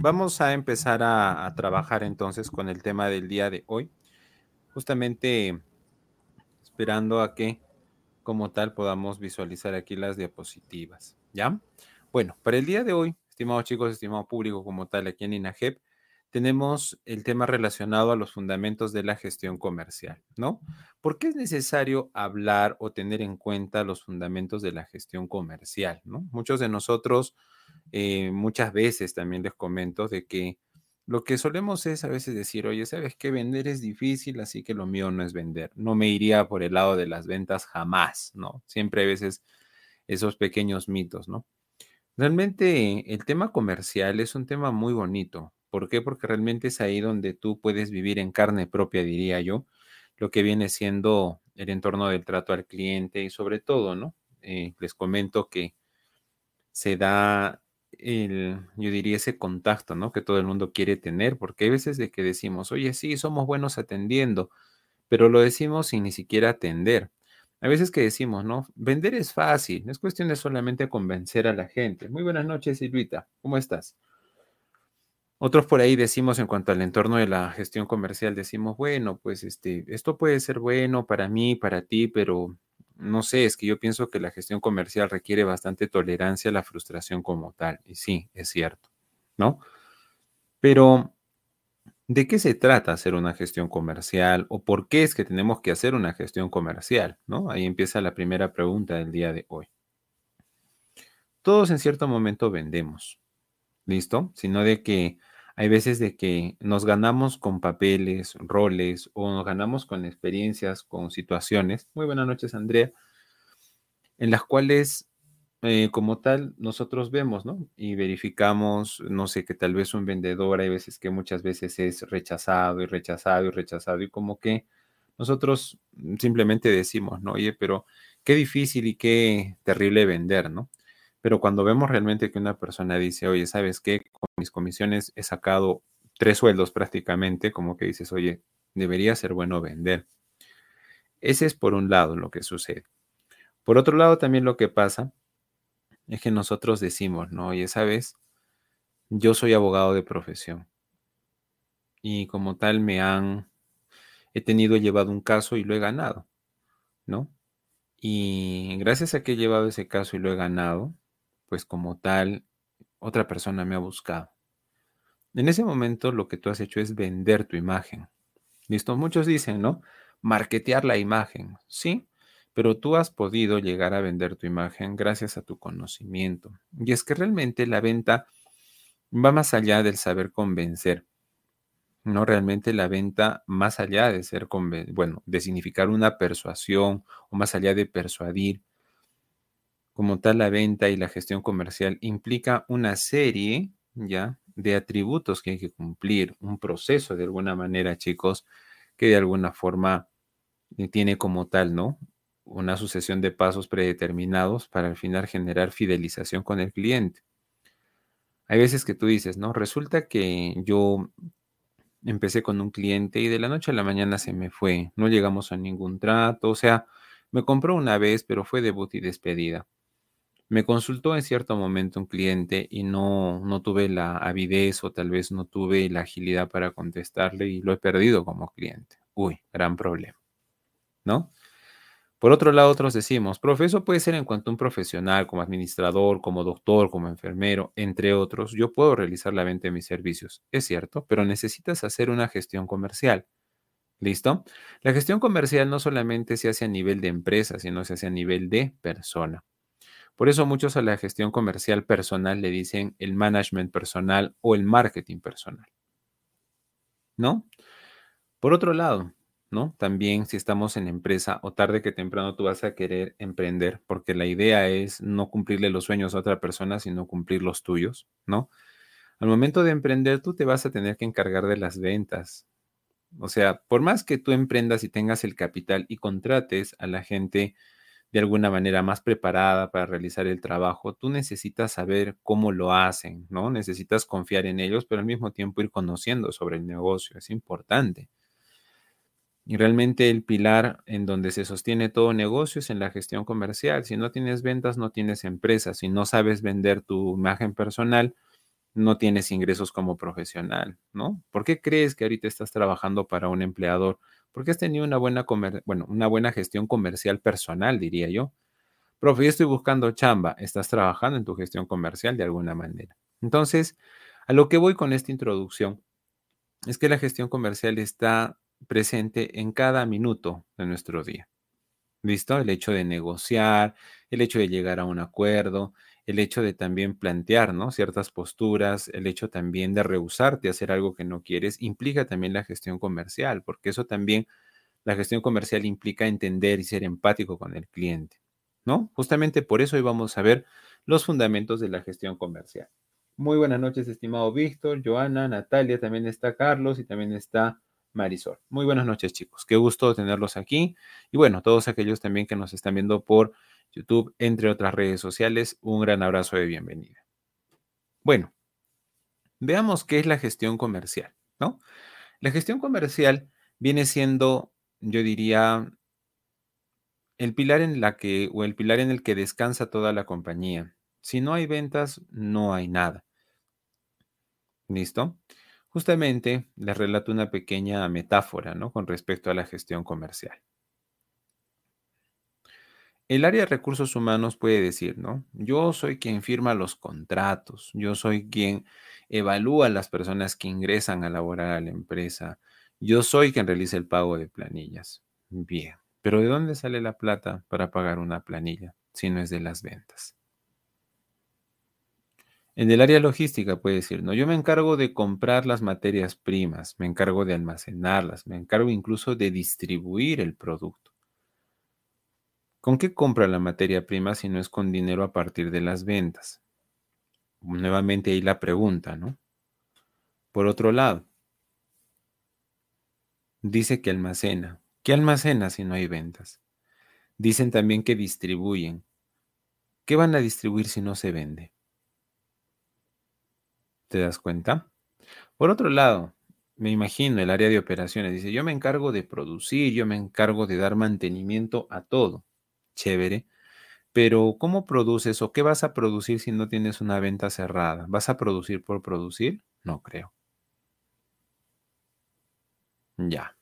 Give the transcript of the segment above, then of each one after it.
vamos a empezar a trabajar entonces con el tema del día de hoy, justamente esperando a que como tal podamos visualizar aquí las diapositivas, ¿ya? Bueno, para el día de hoy, estimados chicos, estimado público como tal aquí en INAGEP, tenemos el tema relacionado a los fundamentos de la gestión comercial, ¿no? ¿Por qué es necesario hablar o tener en cuenta los fundamentos de la gestión comercial, ¿no? Muchos de nosotros, muchas veces también les comento de que lo que solemos es a veces decir, oye, ¿sabes qué? Vender es difícil, así que lo mío no es vender. No me iría por el lado de las ventas jamás, ¿no? Siempre hay veces esos pequeños mitos, ¿no? Realmente el tema comercial es un tema muy bonito. ¿Por qué? Porque realmente es ahí donde tú puedes vivir en carne propia, diría yo, lo que viene siendo el entorno del trato al cliente y sobre todo, ¿no? Les comento que se da yo diría, ese contacto, ¿no? Que todo el mundo quiere tener, porque hay veces de que decimos, oye, sí, somos buenos atendiendo, pero lo decimos sin ni siquiera atender. Hay veces que decimos, ¿no? Vender es fácil, es cuestión de solamente convencer a la gente. Muy buenas noches, Silvita, ¿cómo estás? Otros por ahí decimos en cuanto al entorno de la gestión comercial, decimos, bueno, pues esto puede ser bueno para mí, para ti, pero no sé, es que yo pienso que la gestión comercial requiere bastante tolerancia a la frustración como tal. Y sí, es cierto, ¿no? Pero, ¿de qué se trata hacer una gestión comercial o por qué es que tenemos que hacer una gestión comercial, ¿no? Ahí empieza la primera pregunta del día de hoy. Todos en cierto momento vendemos. ¿Listo? Sino de que hay veces de que nos ganamos con papeles, roles o nos ganamos con experiencias, con situaciones. Muy buenas noches, Andrea, en las cuales como tal nosotros vemos, ¿no? Y verificamos, no sé, que tal vez un vendedor hay veces que muchas veces es rechazado y rechazado y rechazado y como que nosotros simplemente decimos, ¿no? Oye, pero qué difícil y qué terrible vender, ¿no? Pero cuando vemos realmente que una persona dice, oye, ¿sabes qué? Con mis comisiones he sacado 3 sueldos prácticamente, como que dices, oye, debería ser bueno vender. Ese es por un lado lo que sucede. Por otro lado, también lo que pasa es que nosotros decimos, ¿no? Oye, ¿sabes? Yo soy abogado de profesión y como tal he tenido, he llevado un caso y lo he ganado, ¿no? Y gracias a que he llevado ese caso y lo he ganado, pues como tal, otra persona me ha buscado. En ese momento lo que tú has hecho es vender tu imagen. ¿Listo? Muchos dicen, ¿no? Marketear la imagen, sí, pero tú has podido llegar a vender tu imagen gracias a tu conocimiento. Y es que realmente la venta va más allá del saber convencer. No, realmente la venta, más allá de ser, bueno, de significar una persuasión o más allá de persuadir, como tal, la venta y la gestión comercial implica una serie, ¿ya? De atributos que hay que cumplir, un proceso de alguna manera, chicos, que de alguna forma tiene como tal, ¿no? Una sucesión de pasos predeterminados para al final generar fidelización con el cliente. Hay veces que tú dices, ¿no? Resulta que yo empecé con un cliente y de la noche a la mañana se me fue, no llegamos a ningún trato, o sea, me compró una vez, pero fue debut y despedida. Me consultó en cierto momento un cliente y no tuve la avidez o tal vez no tuve la agilidad para contestarle y lo he perdido como cliente. Uy, gran problema, ¿no? Por otro lado, otros decimos, profe, eso puede ser en cuanto a un profesional, como administrador, como doctor, como enfermero, entre otros. Yo puedo realizar la venta de mis servicios, es cierto, pero necesitas hacer una gestión comercial. ¿Listo? La gestión comercial no solamente se hace a nivel de empresa, sino se hace a nivel de persona. Por eso muchos a la gestión comercial personal le dicen el management personal o el marketing personal, ¿no? Por otro lado, ¿no? También si estamos en empresa o tarde que temprano tú vas a querer emprender, porque la idea es no cumplirle los sueños a otra persona, sino cumplir los tuyos, ¿no? Al momento de emprender, tú te vas a tener que encargar de las ventas. O sea, por más que tú emprendas y tengas el capital y contrates a la gente de alguna manera más preparada para realizar el trabajo, tú necesitas saber cómo lo hacen, ¿no? Necesitas confiar en ellos, pero al mismo tiempo ir conociendo sobre el negocio. Es importante. Y realmente el pilar en donde se sostiene todo negocio es en la gestión comercial. Si no tienes ventas, no tienes empresa. Si no sabes vender tu imagen personal, no tienes ingresos como profesional, ¿no? ¿Por qué crees que ahorita estás trabajando para un empleador? Porque has tenido una una buena gestión comercial personal, diría yo. Profe, yo estoy buscando chamba. Estás trabajando en tu gestión comercial de alguna manera. Entonces, a lo que voy con esta introducción es que la gestión comercial está presente en cada minuto de nuestro día. ¿Listo? El hecho de negociar, el hecho de llegar a un acuerdo, el hecho de también plantear, ¿no? Ciertas posturas, el hecho también de rehusarte a hacer algo que no quieres, implica también la gestión comercial, porque eso también, la gestión comercial implica entender y ser empático con el cliente, ¿no? Justamente por eso hoy vamos a ver los fundamentos de la gestión comercial. Muy buenas noches, estimado Víctor, Joana, Natalia, también está Carlos y también está Marisol. Muy buenas noches, chicos. Qué gusto tenerlos aquí. Y bueno, todos aquellos también que nos están viendo por YouTube, entre otras redes sociales, un gran abrazo de bienvenida. Bueno, veamos qué es la gestión comercial, ¿no? La gestión comercial viene siendo, yo diría, el pilar en la que o el pilar en el que descansa toda la compañía. Si no hay ventas, no hay nada. ¿Listo? Justamente les relato una pequeña metáfora, ¿no? Con respecto a la gestión comercial. El área de recursos humanos puede decir, ¿no? Yo soy quien firma los contratos, yo soy quien evalúa a las personas que ingresan a laborar a la empresa, yo soy quien realiza el pago de planillas. Bien, pero ¿de dónde sale la plata para pagar una planilla si no es de las ventas? En el área logística puede decir, no, yo me encargo de comprar las materias primas, me encargo de almacenarlas, me encargo incluso de distribuir el producto. ¿Con qué compra la materia prima si no es con dinero a partir de las ventas? Nuevamente ahí la pregunta, ¿no? Por otro lado, dice que almacena. ¿Qué almacena si no hay ventas? Dicen también que distribuyen. ¿Qué van a distribuir si no se vende? ¿Te das cuenta? Por otro lado, me imagino el área de operaciones. Dice, yo me encargo de producir, yo me encargo de dar mantenimiento a todo. Chévere. Pero ¿cómo produces o qué vas a producir si no tienes una venta cerrada? ¿Vas a producir por producir? No creo. Ya.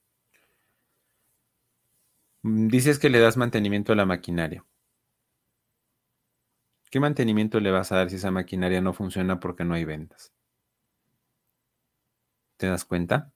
Dices que le das mantenimiento a la maquinaria. ¿Qué mantenimiento le vas a dar si esa maquinaria no funciona porque no hay ventas? ¿Te das cuenta?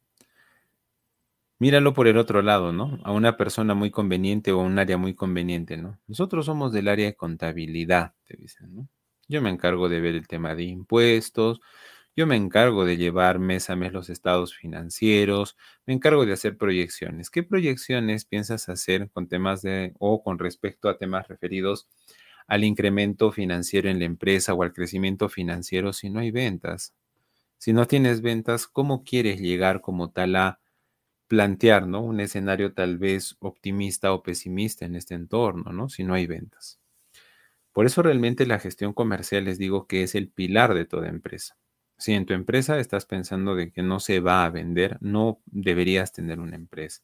Míralo por el otro lado, ¿no? A una persona muy conveniente o a un área muy conveniente, ¿no? Nosotros somos del área de contabilidad, te dicen, ¿no? Yo me encargo de ver el tema de impuestos, yo me encargo de llevar mes a mes los estados financieros, me encargo de hacer proyecciones. ¿Qué proyecciones piensas hacer con temas de o con respecto a temas referidos al incremento financiero en la empresa o al crecimiento financiero si no hay ventas? Si no tienes ventas, ¿cómo quieres llegar como tal a plantear, ¿no? Un escenario tal vez optimista o pesimista en este entorno, ¿no? Si no hay ventas. Por eso realmente la gestión comercial les digo que es el pilar de toda empresa. Si en tu empresa estás pensando de que no se va a vender, no deberías tener una empresa.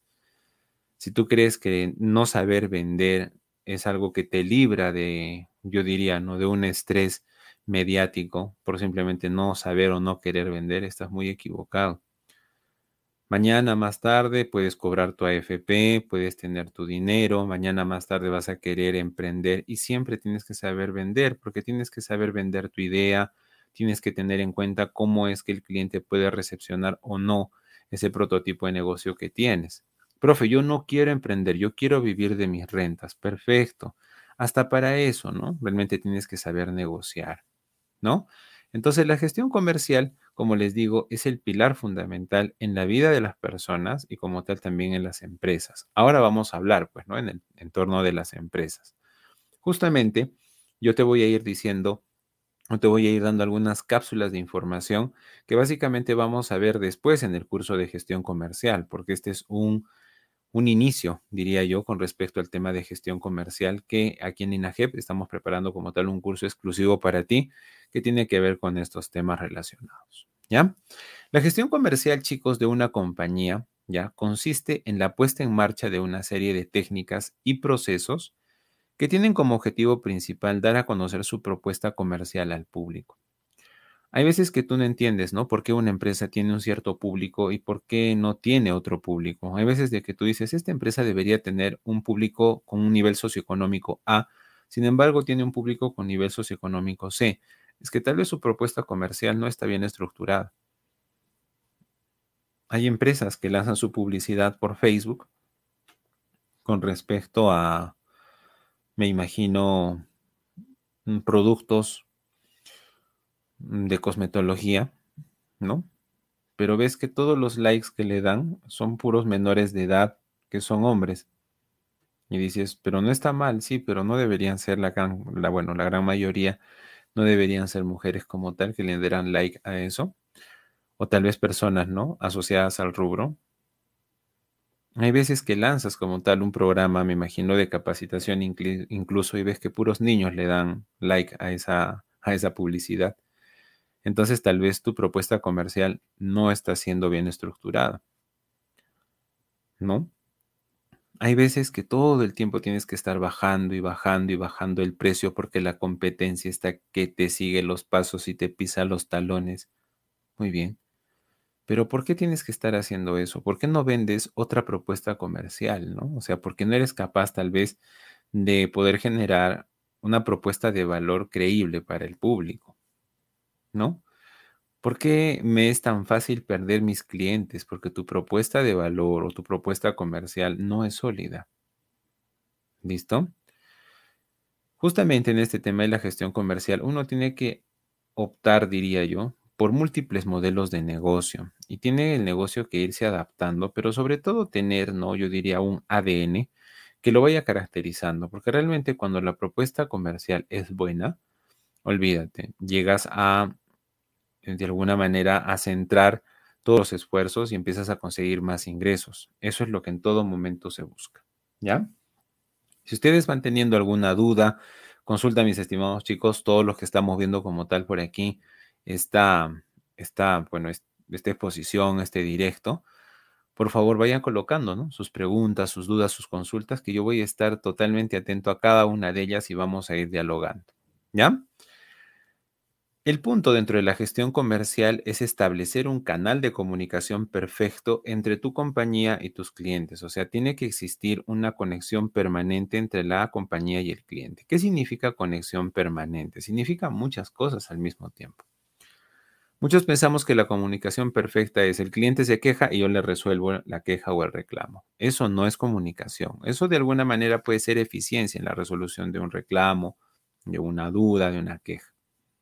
Si tú crees que no saber vender es algo que te libra de, yo diría, ¿no? De un estrés mediático por simplemente no saber o no querer vender, estás muy equivocado. Mañana más tarde puedes cobrar tu AFP, puedes tener tu dinero, mañana más tarde vas a querer emprender y siempre tienes que saber vender, porque tienes que saber vender tu idea, tienes que tener en cuenta cómo es que el cliente puede recepcionar o no ese prototipo de negocio que tienes. Profe, yo no quiero emprender, yo quiero vivir de mis rentas. Perfecto. Hasta para eso, ¿no? Realmente tienes que saber negociar, ¿no? Entonces, la gestión comercial, como les digo, es el pilar fundamental en la vida de las personas y como tal también en las empresas. Ahora vamos a hablar, pues, ¿no? En el entorno de las empresas. Justamente, yo te voy a ir diciendo o te voy a ir dando algunas cápsulas de información que básicamente vamos a ver después en el curso de gestión comercial, porque este es un inicio, diría yo, con respecto al tema de gestión comercial que aquí en INAGEP estamos preparando como tal un curso exclusivo para ti que tiene que ver con estos temas relacionados, ¿ya? La gestión comercial, chicos, de una compañía, ¿ya? Consiste en la puesta en marcha de una serie de técnicas y procesos que tienen como objetivo principal dar a conocer su propuesta comercial al público. Hay veces que tú no entiendes, ¿no? Por qué una empresa tiene un cierto público y por qué no tiene otro público. Hay veces de que tú dices, esta empresa debería tener un público con un nivel socioeconómico A, sin embargo, tiene un público con nivel socioeconómico C. Es que tal vez su propuesta comercial no está bien estructurada. Hay empresas que lanzan su publicidad por Facebook con respecto a, me imagino, productos de cosmetología, ¿no? Pero ves que todos los likes que le dan son puros menores de edad que son hombres. Y dices, pero no está mal, sí, pero no deberían ser bueno, la gran mayoría no deberían ser mujeres como tal que le dieran like a eso. O tal vez personas, ¿no? Asociadas al rubro. Hay veces que lanzas como tal un programa, me imagino, de capacitación incluso y ves que puros niños le dan like a esa publicidad. Entonces tal vez tu propuesta comercial no está siendo bien estructurada, ¿no? Hay veces que todo el tiempo tienes que estar bajando y bajando y bajando el precio porque la competencia está que te sigue los pasos y te pisa los talones. Muy bien. Pero ¿por qué tienes que estar haciendo eso? ¿Por qué no vendes otra propuesta comercial, no? O sea, ¿por qué no eres capaz tal vez de poder generar una propuesta de valor creíble para el público, ¿no? ¿Por qué me es tan fácil perder mis clientes? Porque tu propuesta de valor o tu propuesta comercial no es sólida. ¿Listo? Justamente en este tema de la gestión comercial, uno tiene que optar, diría yo, por múltiples modelos de negocio y tiene el negocio que irse adaptando, pero sobre todo tener, ¿no? Yo diría un ADN que lo vaya caracterizando, porque realmente cuando la propuesta comercial es buena, olvídate, llegas a, de alguna manera, a centrar todos los esfuerzos y empiezas a conseguir más ingresos. Eso es lo que en todo momento se busca, ¿ya? Si ustedes van teniendo alguna duda, consulta, mis estimados chicos, todos los que estamos viendo como tal por aquí, bueno, esta exposición, este directo, por favor vayan colocando, ¿no? Sus preguntas, sus dudas, sus consultas, que yo voy a estar totalmente atento a cada una de ellas y vamos a ir dialogando, ¿ya? El punto dentro de la gestión comercial es establecer un canal de comunicación perfecto entre tu compañía y tus clientes. O sea, tiene que existir una conexión permanente entre la compañía y el cliente. ¿Qué significa conexión permanente? Significa muchas cosas al mismo tiempo. Muchos pensamos que la comunicación perfecta es el cliente se queja y yo le resuelvo la queja o el reclamo. Eso no es comunicación. Eso de alguna manera puede ser eficiencia en la resolución de un reclamo, de una duda, de una queja.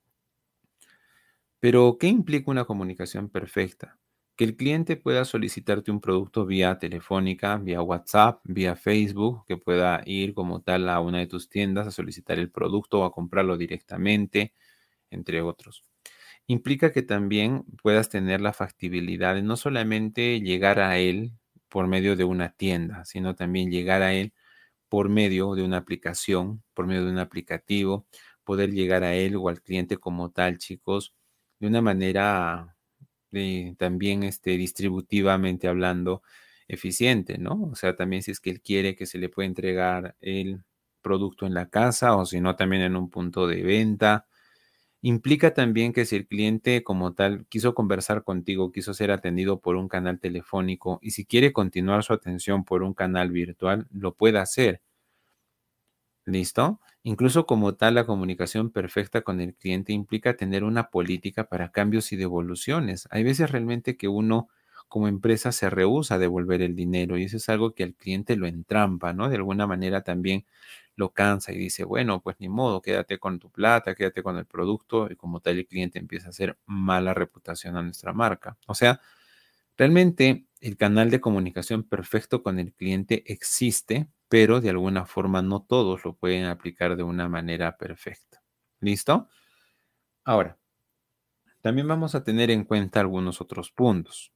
Pero, ¿qué implica una comunicación perfecta? Que el cliente pueda solicitarte un producto vía telefónica, vía WhatsApp, vía Facebook, que pueda ir como tal a una de tus tiendas a solicitar el producto o a comprarlo directamente, entre otros. Implica que también puedas tener la factibilidad de no solamente llegar a él por medio de una tienda, sino también llegar a él por medio de una aplicación, por medio de un aplicativo, poder llegar a él o al cliente como tal, chicos, de una manera también distributivamente hablando eficiente, ¿no? O sea, también si es que él quiere que se le pueda entregar el producto en la casa o si no también en un punto de venta. Implica también que si el cliente como tal quiso conversar contigo, quiso ser atendido por un canal telefónico y si quiere continuar su atención por un canal virtual, lo pueda hacer. ¿Listo? Incluso como tal, la comunicación perfecta con el cliente implica tener una política para cambios y devoluciones. Hay veces realmente que uno como empresa se rehúsa a devolver el dinero y eso es algo que al cliente lo entrampa, ¿no? De alguna manera también lo cansa y dice, bueno, pues ni modo, quédate con tu plata, quédate con el producto y como tal el cliente empieza a hacer mala reputación a nuestra marca. O sea, realmente el canal de comunicación perfecto con el cliente existe, pero de alguna forma no todos lo pueden aplicar de una manera perfecta. ¿Listo? Ahora, también vamos a tener en cuenta algunos otros puntos.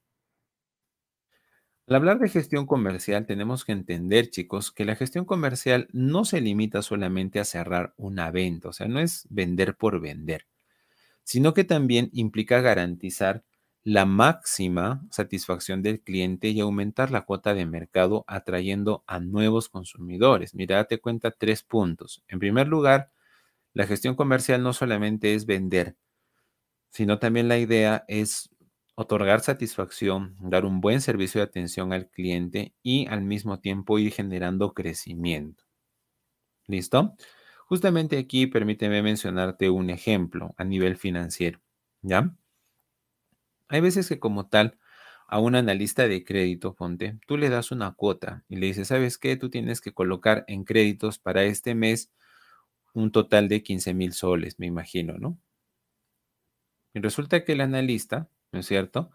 Al hablar de gestión comercial, tenemos que entender, chicos, que la gestión comercial no se limita solamente a cerrar una venta, o sea, no es vender por vender, sino que también implica garantizar la máxima satisfacción del cliente y aumentar la cuota de mercado atrayendo a nuevos consumidores. Mira, date cuenta 3 puntos. En primer lugar, la gestión comercial no solamente es vender, sino también la idea es otorgar satisfacción, dar un buen servicio de atención al cliente y al mismo tiempo ir generando crecimiento. ¿Listo? Justamente aquí permíteme mencionarte un ejemplo a nivel financiero, ¿ya? Hay veces que como tal, a un analista de crédito, ponte, tú le das una cuota y le dices, ¿sabes qué? Tú tienes que colocar en créditos para este mes un total de 15,000 soles, me imagino, ¿no? Y resulta que el analista, ¿no es cierto?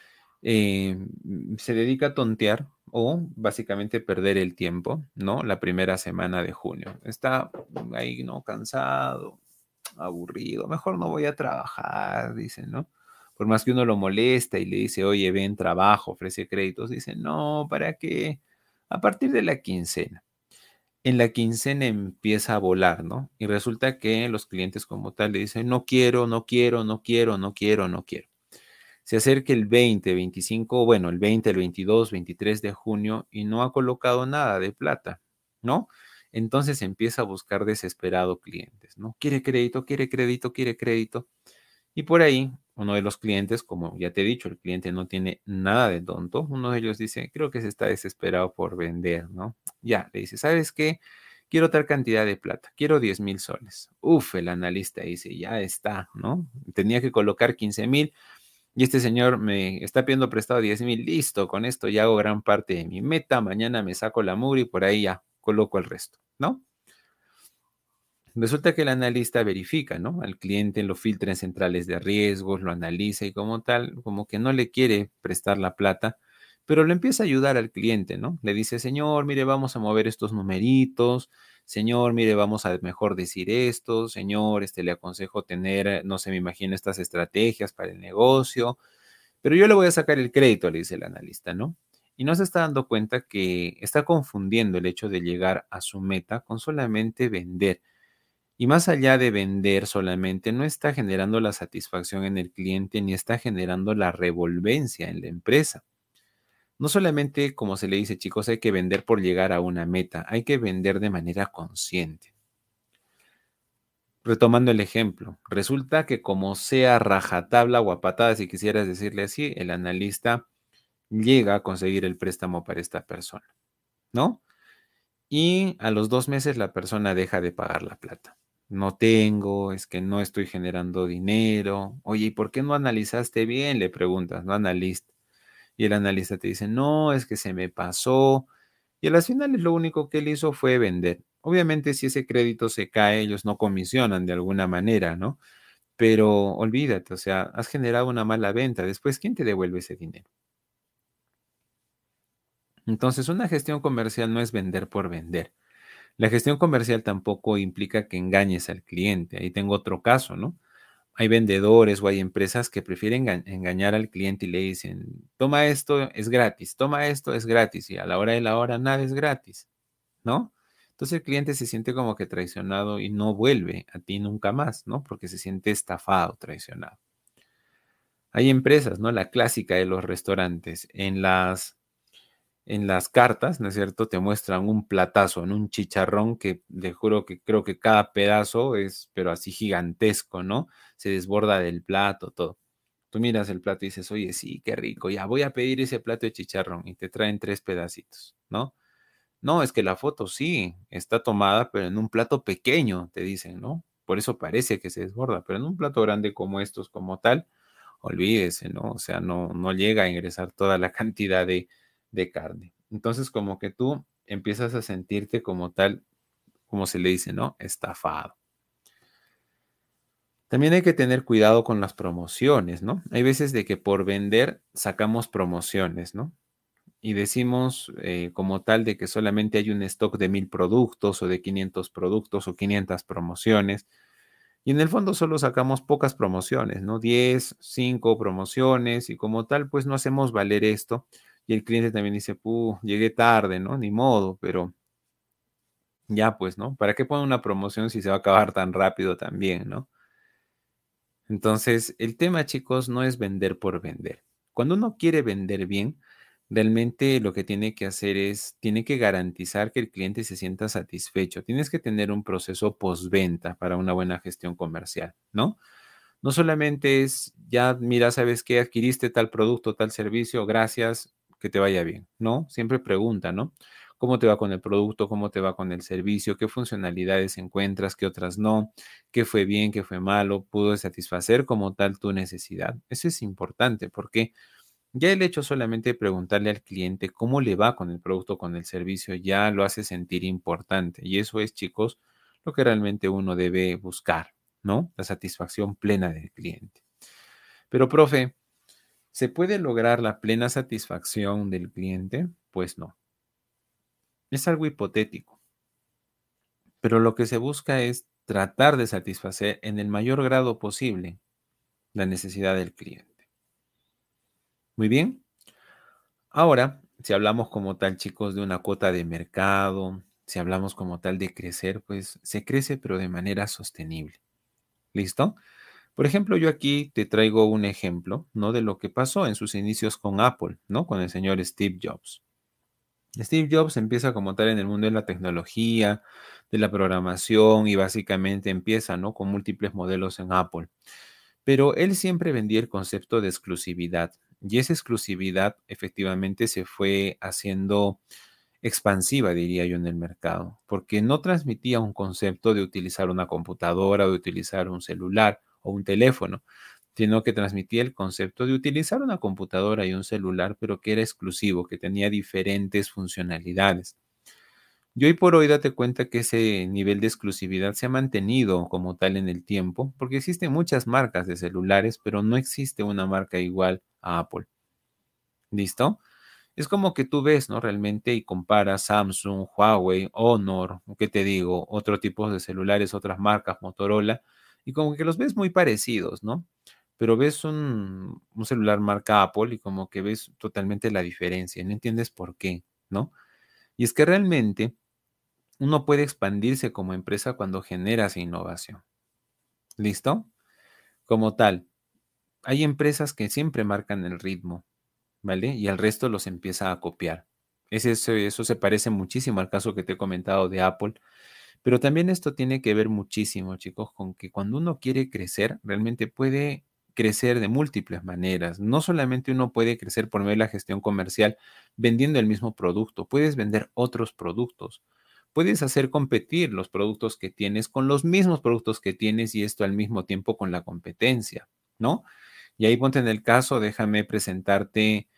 Se dedica a tontear o básicamente perder el tiempo, ¿no? La primera semana de junio. Está ahí, ¿no? Cansado, aburrido, mejor no voy a trabajar, dicen, ¿no? Por más que uno lo molesta y le dice, oye, ven, trabajo, ofrece créditos, dicen, no, ¿para qué? A partir de la quincena. En la quincena empieza a volar, ¿no? Y resulta que los clientes como tal le dicen, no quiero, no quiero, no quiero, no quiero, no quiero. Se acerca el 20, 25, bueno, el 20, el 22, 23 de junio y no ha colocado nada de plata, ¿no? Entonces empieza a buscar desesperado clientes, ¿no? Quiere crédito, quiere crédito, quiere crédito. Y por ahí, uno de los clientes, como ya te he dicho, el cliente no tiene nada de tonto. Uno de ellos dice, creo que se está desesperado por vender, ¿no? Ya, le dice, ¿sabes qué? Quiero tal cantidad de plata, quiero 10,000 soles. Uf, el analista dice, ya está, ¿no? Tenía que colocar 15,000 y este señor me está pidiendo prestado 10,000. Listo, con esto ya hago gran parte de mi meta. Mañana me saco la mugre y por ahí ya coloco el resto, ¿no? Resulta que el analista verifica, ¿no? Al cliente lo filtra en centrales de riesgos, lo analiza y como tal, como que no le quiere prestar la plata, pero le empieza a ayudar al cliente, ¿no? Le dice, señor, mire, vamos a mover estos numeritos, señor, mire, vamos a mejor decir esto, señor, le aconsejo tener, no sé, me imagino estas estrategias para el negocio, pero yo le voy a sacar el crédito, le dice el analista, ¿no? Y no se está dando cuenta que está confundiendo el hecho de llegar a su meta con solamente vender. Y más allá de vender solamente, no está generando la satisfacción en el cliente ni está generando la revolvencia en la empresa. No solamente, como se le dice, chicos, hay que vender por llegar a una meta, hay que vender de manera consciente. Retomando el ejemplo, resulta que como sea rajatabla o a patada, si quisieras decirle así, el analista llega a conseguir el préstamo para esta persona, ¿no? Y a los 2 meses la persona deja de pagar la plata. No tengo, es que no estoy generando dinero. Oye, ¿y por qué no analizaste bien? Le preguntas, no analista. Y el analista te dice, no, es que se me pasó. Y a las finales lo único que él hizo fue vender. Obviamente si ese crédito se cae, ellos no comisionan de alguna manera, ¿no? Pero olvídate, o sea, has generado una mala venta. Después, ¿quién te devuelve ese dinero? Entonces, una gestión comercial no es vender por vender. La gestión comercial tampoco implica que engañes al cliente. Ahí tengo otro caso, ¿no? Hay vendedores o hay empresas que prefieren engañar al cliente y le dicen, toma esto, es gratis, toma esto, es gratis, y a la hora de la hora nada es gratis, ¿no? Entonces el cliente se siente como que traicionado y no vuelve a ti nunca más, ¿no? Porque se siente estafado, traicionado. Hay empresas, ¿no? La clásica de los restaurantes. En las cartas, ¿no es cierto? Te muestran un platazo en un chicharrón que te juro que creo que cada pedazo es, pero así gigantesco, ¿no? Se desborda del plato, todo. Tú miras el plato y dices, oye, sí, qué rico, ya voy a pedir ese plato de chicharrón y te traen 3 pedacitos, ¿no? No, es que la foto sí, está tomada, pero en un plato pequeño, te dicen, ¿no? Por eso parece que se desborda, pero en un plato grande como estos, como tal, olvídese, ¿no? O sea, no llega a ingresar toda la cantidad de carne. Entonces, como que tú empiezas a sentirte como tal, como se le dice, ¿no? Estafado. También hay que tener cuidado con las promociones, ¿no? Hay veces de que por vender sacamos promociones, ¿no? Y decimos como tal de que solamente hay un stock de 1,000 productos o de 500 productos o 500 promociones. Y en el fondo solo sacamos pocas promociones, ¿no? 10, 5 promociones y como tal, pues no hacemos valer esto. Y el cliente también dice, llegué tarde, ¿no? Ni modo, pero ya pues, ¿no? ¿Para qué poner una promoción si se va a acabar tan rápido también, ¿no? Entonces, el tema, chicos, no es vender por vender. Cuando uno quiere vender bien, realmente lo que tiene que hacer es, tiene que garantizar que el cliente se sienta satisfecho. Tienes que tener un proceso postventa para una buena gestión comercial, ¿no? No solamente es, ya, mira, ¿sabes qué? Adquiriste tal producto, tal servicio, gracias, que te vaya bien. No, siempre pregunta, ¿no? ¿Cómo te va con el producto? ¿Cómo te va con el servicio? ¿Qué funcionalidades encuentras? ¿Qué otras no? ¿Qué fue bien? ¿Qué fue malo? ¿Pudo satisfacer como tal tu necesidad? Eso es importante porque ya el hecho solamente de preguntarle al cliente cómo le va con el producto, con el servicio, ya lo hace sentir importante. Y eso es, chicos, lo que realmente uno debe buscar, ¿no? La satisfacción plena del cliente. Pero, profe, ¿se puede lograr la plena satisfacción del cliente? Pues no. Es algo hipotético. Pero lo que se busca es tratar de satisfacer en el mayor grado posible la necesidad del cliente. Muy bien. Ahora, si hablamos como tal, chicos, de una cuota de mercado, si hablamos como tal de crecer, pues se crece, pero de manera sostenible. ¿Listo? Por ejemplo, yo aquí te traigo un ejemplo, ¿no? De lo que pasó en sus inicios con Apple, ¿no? Con el señor Steve Jobs. Steve Jobs empieza como tal en el mundo de la tecnología, de la programación y básicamente empieza, ¿no? Con múltiples modelos en Apple. Pero él siempre vendía el concepto de exclusividad y esa exclusividad efectivamente se fue haciendo expansiva, diría yo, en el mercado, porque no transmitía un concepto de utilizar una computadora, de utilizar un celular o un teléfono, sino que transmitía el concepto de utilizar una computadora y un celular, pero que era exclusivo, que tenía diferentes funcionalidades. Y hoy por hoy date cuenta que ese nivel de exclusividad se ha mantenido como tal en el tiempo, porque existen muchas marcas de celulares, pero no existe una marca igual a Apple. ¿Listo? Es como que tú ves, ¿no? Realmente y comparas Samsung, Huawei, Honor, ¿qué te digo? Otro tipo de celulares, otras marcas, Motorola, y como que los ves muy parecidos, ¿no? Pero ves un celular marca Apple y como que ves totalmente la diferencia, no entiendes por qué, ¿no? Y es que realmente uno puede expandirse como empresa cuando generas innovación. ¿Listo? Como tal, hay empresas que siempre marcan el ritmo, ¿vale? Y el resto los empieza a copiar. Eso se parece muchísimo al caso que te he comentado de Apple, pero también esto tiene que ver muchísimo, chicos, con que cuando uno quiere crecer, realmente puede crecer de múltiples maneras. No solamente uno puede crecer por medio de la gestión comercial vendiendo el mismo producto, puedes vender otros productos. Puedes hacer competir los productos que tienes con los mismos productos que tienes y esto al mismo tiempo con la competencia, ¿no? Y ahí ponte en el caso, déjame presentarte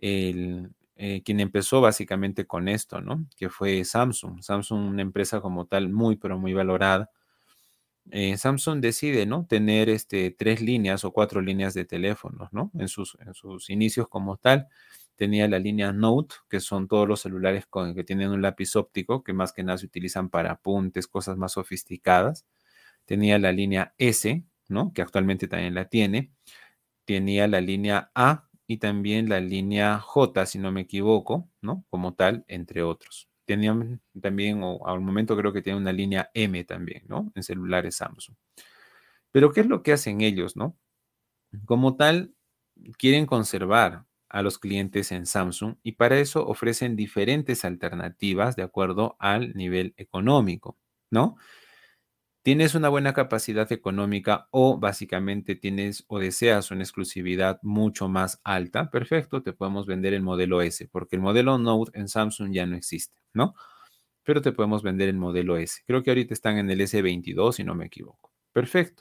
quien empezó básicamente con esto, ¿no? Que fue Samsung. Samsung, una empresa como tal muy, pero muy valorada. Samsung decide, ¿no? Tener tres líneas o cuatro líneas de teléfonos, ¿no? En sus inicios como tal, tenía la línea Note, que son todos los celulares que tienen un lápiz óptico, que más que nada se utilizan para apuntes, cosas más sofisticadas. Tenía la línea S, ¿no? Que actualmente también la tiene. Tenía la línea A y también la línea J, si no me equivoco, ¿no? Como tal, entre otros. Tenían también, o al momento creo que tiene una línea M también, ¿no? En celulares Samsung. Pero ¿qué es lo que hacen ellos, no? Como tal, quieren conservar a los clientes en Samsung y para eso ofrecen diferentes alternativas de acuerdo al nivel económico, ¿no? Tienes una buena capacidad económica o básicamente tienes o deseas una exclusividad mucho más alta, perfecto, te podemos vender el modelo S, porque el modelo Note en Samsung ya no existe, ¿no? Pero te podemos vender el modelo S. Creo que ahorita están en el S22, si no me equivoco. Perfecto.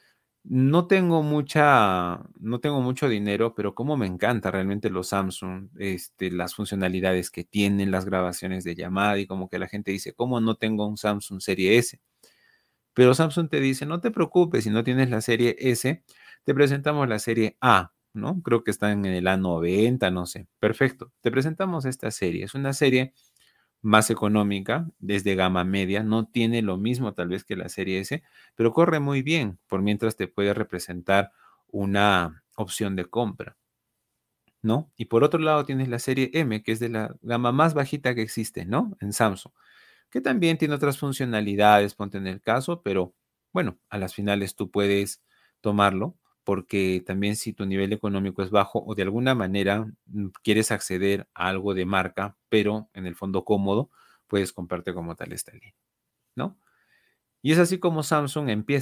No tengo mucho dinero, pero como me encanta realmente los Samsung, las funcionalidades que tienen, las grabaciones de llamada y como que la gente dice, ¿cómo no tengo un Samsung Serie S? Pero Samsung te dice, no te preocupes, si no tienes la serie S, te presentamos la serie A, ¿no? Creo que está en el A90, no sé. Perfecto. Te presentamos esta serie. Es una serie más económica, desde gama media, no tiene lo mismo tal vez que la serie S, pero corre muy bien, por mientras te puede representar una opción de compra, ¿no? Y por otro lado tienes la serie M, que es de la gama más bajita que existe, ¿no? En Samsung que también tiene otras funcionalidades, ponte en el caso, pero bueno, a las finales tú puedes tomarlo porque también si tu nivel económico es bajo o de alguna manera quieres acceder a algo de marca, pero en el fondo cómodo, puedes comprarte como tal esta línea, ¿no? Y es así como Samsung empieza.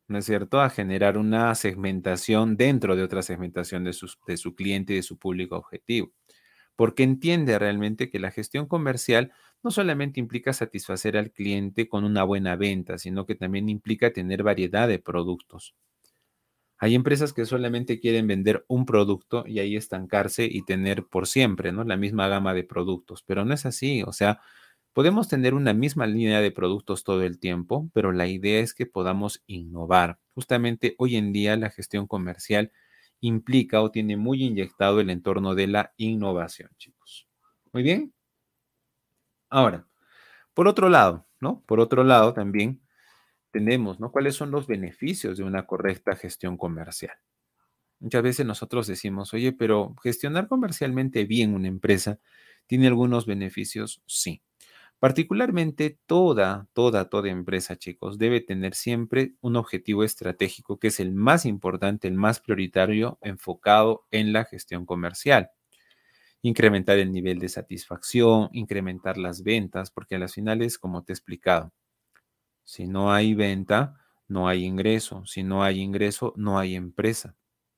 ¿no es cierto?, a generar una segmentación dentro de otra segmentación de su cliente y de su público objetivo, porque entiende realmente que la gestión comercial no solamente implica satisfacer al cliente con una buena venta, sino que también implica tener variedad de productos. Hay empresas que solamente quieren vender un producto y ahí estancarse y tener por siempre, ¿no?, la misma gama de productos, pero no es así. O sea, podemos tener una misma línea de productos todo el tiempo, pero la idea es que podamos innovar. Justamente hoy en día la gestión comercial implica o tiene muy inyectado el entorno de la innovación, chicos. Muy bien. Ahora, por otro lado, ¿no? Por otro lado también tenemos, ¿no?, ¿cuáles son los beneficios de una correcta gestión comercial? Muchas veces nosotros decimos, oye, pero gestionar comercialmente bien una empresa tiene algunos beneficios. Sí. Particularmente toda empresa, chicos, debe tener siempre un objetivo estratégico que es el más importante, el más prioritario, enfocado en la gestión comercial. Incrementar el nivel de satisfacción, incrementar las ventas, porque a las finales, como te he explicado, si no hay venta, no hay ingreso. Si no hay ingreso, no hay empresa.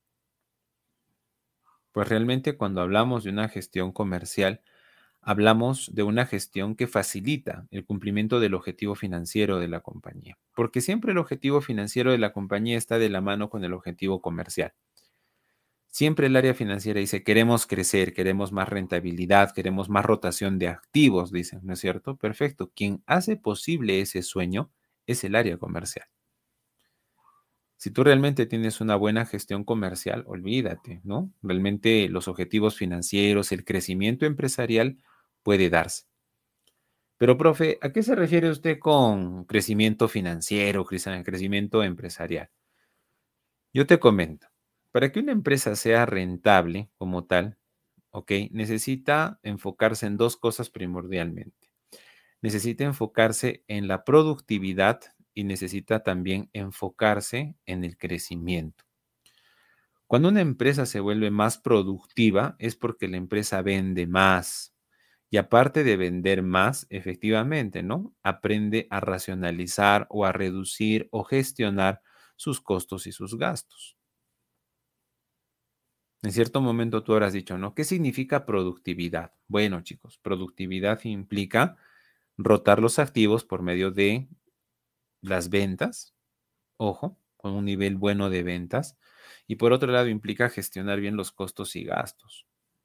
Pues realmente cuando hablamos de una gestión comercial, hablamos de una gestión que facilita el cumplimiento del objetivo financiero de la compañía, porque siempre el objetivo financiero de la compañía está de la mano con el objetivo comercial. Siempre el área financiera dice, queremos crecer, queremos más rentabilidad, queremos más rotación de activos, dicen, ¿no es cierto? Perfecto. Quien hace posible ese sueño es el área comercial. Si tú realmente tienes una buena gestión comercial, olvídate, ¿no? Realmente los objetivos financieros, el crecimiento empresarial puede darse. Pero, profe, ¿a qué se refiere usted con crecimiento financiero, crecimiento empresarial? Yo te comento, para que una empresa sea rentable como tal, ¿ok?, necesita enfocarse en dos cosas primordialmente. Necesita enfocarse en la productividad y necesita también enfocarse en el crecimiento. Cuando una empresa se vuelve más productiva es porque la empresa vende más. Y aparte de vender más, efectivamente, ¿no?, aprende a racionalizar o a reducir o gestionar sus costos y sus gastos. En cierto momento tú habrás dicho, ¿no? ¿Qué significa productividad? Bueno, chicos, productividad implica rotar los activos por medio de las ventas, ojo, con un nivel bueno de ventas, y por otro lado implica gestionar bien los costos y gastos.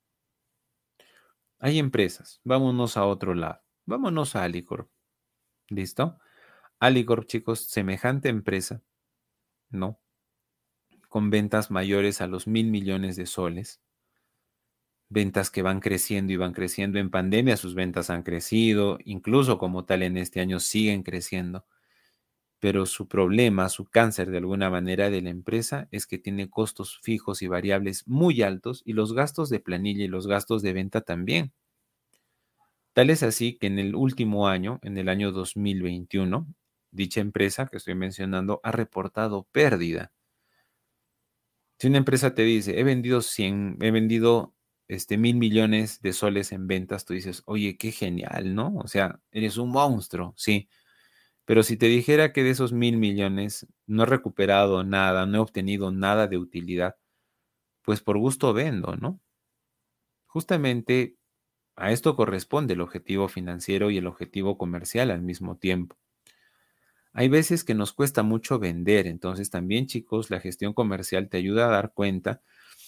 Hay empresas, vámonos a otro lado, vámonos a Alicorp, ¿listo? Alicorp, chicos, semejante empresa, ¿no?, con ventas mayores a los 1.000 millones de soles, ventas que van creciendo y van creciendo. En pandemia sus ventas han crecido, incluso como tal en este año siguen creciendo. Pero su problema, su cáncer de alguna manera de la empresa es que tiene costos fijos y variables muy altos y los gastos de planilla y los gastos de venta también. Tal es así que en el último año, en el año 2021, dicha empresa que estoy mencionando ha reportado pérdida. Si una empresa te dice, he vendido 1.000 millones de soles en ventas, tú dices, oye, qué genial, ¿no? O sea, eres un monstruo, sí. Pero si te dijera que de esos 1.000 millones no he recuperado nada, no he obtenido nada de utilidad, pues por gusto vendo, ¿no? Justamente a esto corresponde el objetivo financiero y el objetivo comercial al mismo tiempo. Hay veces que nos cuesta mucho vender, entonces también, chicos, la gestión comercial te ayuda a dar cuenta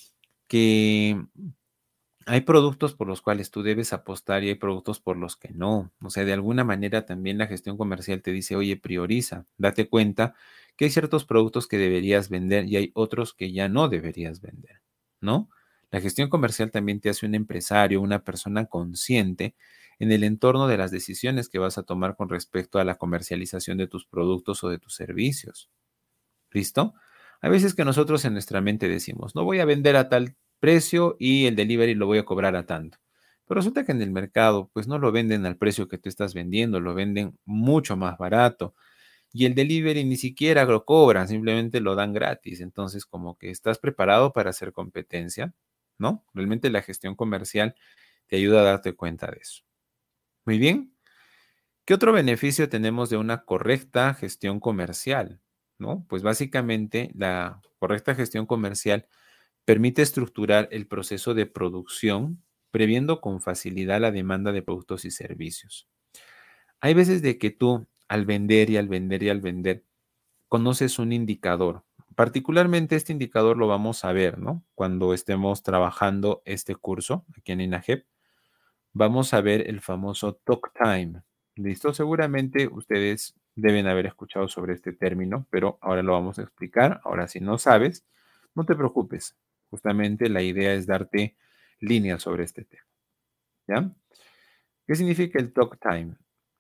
que hay productos por los cuales tú debes apostar y hay productos por los que no. O sea, de alguna manera también la gestión comercial te dice, oye, prioriza, date cuenta que hay ciertos productos que deberías vender y hay otros que ya no deberías vender, ¿no? La gestión comercial también te hace un empresario, una persona consciente en el entorno de las decisiones que vas a tomar con respecto a la comercialización de tus productos o de tus servicios. ¿Listo? Hay veces que nosotros en nuestra mente decimos, no voy a vender a tal precio y el delivery lo voy a cobrar a tanto. Pero resulta que en el mercado, pues no lo venden al precio que tú estás vendiendo, lo venden mucho más barato. Y el delivery ni siquiera lo cobran, simplemente lo dan gratis. Entonces, como que estás preparado para hacer competencia, ¿no? Realmente la gestión comercial te ayuda a darte cuenta de eso. Muy bien. ¿Qué otro beneficio tenemos de una correcta gestión comercial? ¿no? Pues básicamente la correcta gestión comercial permite estructurar el proceso de producción, previendo con facilidad la demanda de productos y servicios. Hay veces de que tú, al vender y al vender y al vender, conoces un indicador. Particularmente este indicador lo vamos a ver, ¿no? Cuando estemos trabajando este curso aquí en INAGEP, vamos a ver el famoso talk time. ¿Listo? Seguramente ustedes deben haber escuchado sobre este término, pero ahora lo vamos a explicar. Ahora, si no sabes, no te preocupes. Justamente la idea es darte líneas sobre este tema. ¿Ya? ¿Qué significa el talk time?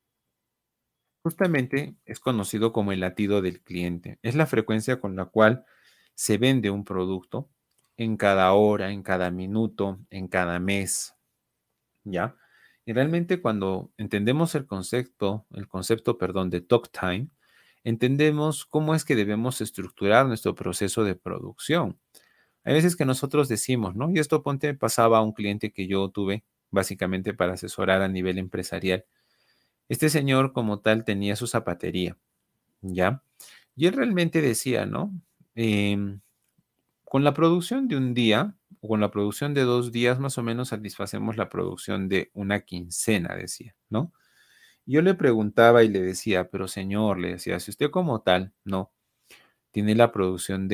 Justamente es conocido como el latido del cliente. Es la frecuencia con la cual se vende un producto en cada hora, en cada minuto, en cada mes, ¿ya? Y realmente cuando entendemos perdón, de talk time, entendemos cómo es que debemos estructurar nuestro proceso de producción. Hay veces que nosotros decimos, ¿no? Y esto pasaba a un cliente que yo tuve básicamente para asesorar a nivel empresarial. Este señor como tal tenía su zapatería, ¿ya? Y él realmente decía, ¿no? Em, con la producción de un día o con la producción de 2 días, más o menos satisfacemos la producción de una quincena, decía, ¿no? Yo le preguntaba y le decía, pero señor, le decía, si usted como tal, ¿no? Tiene la producción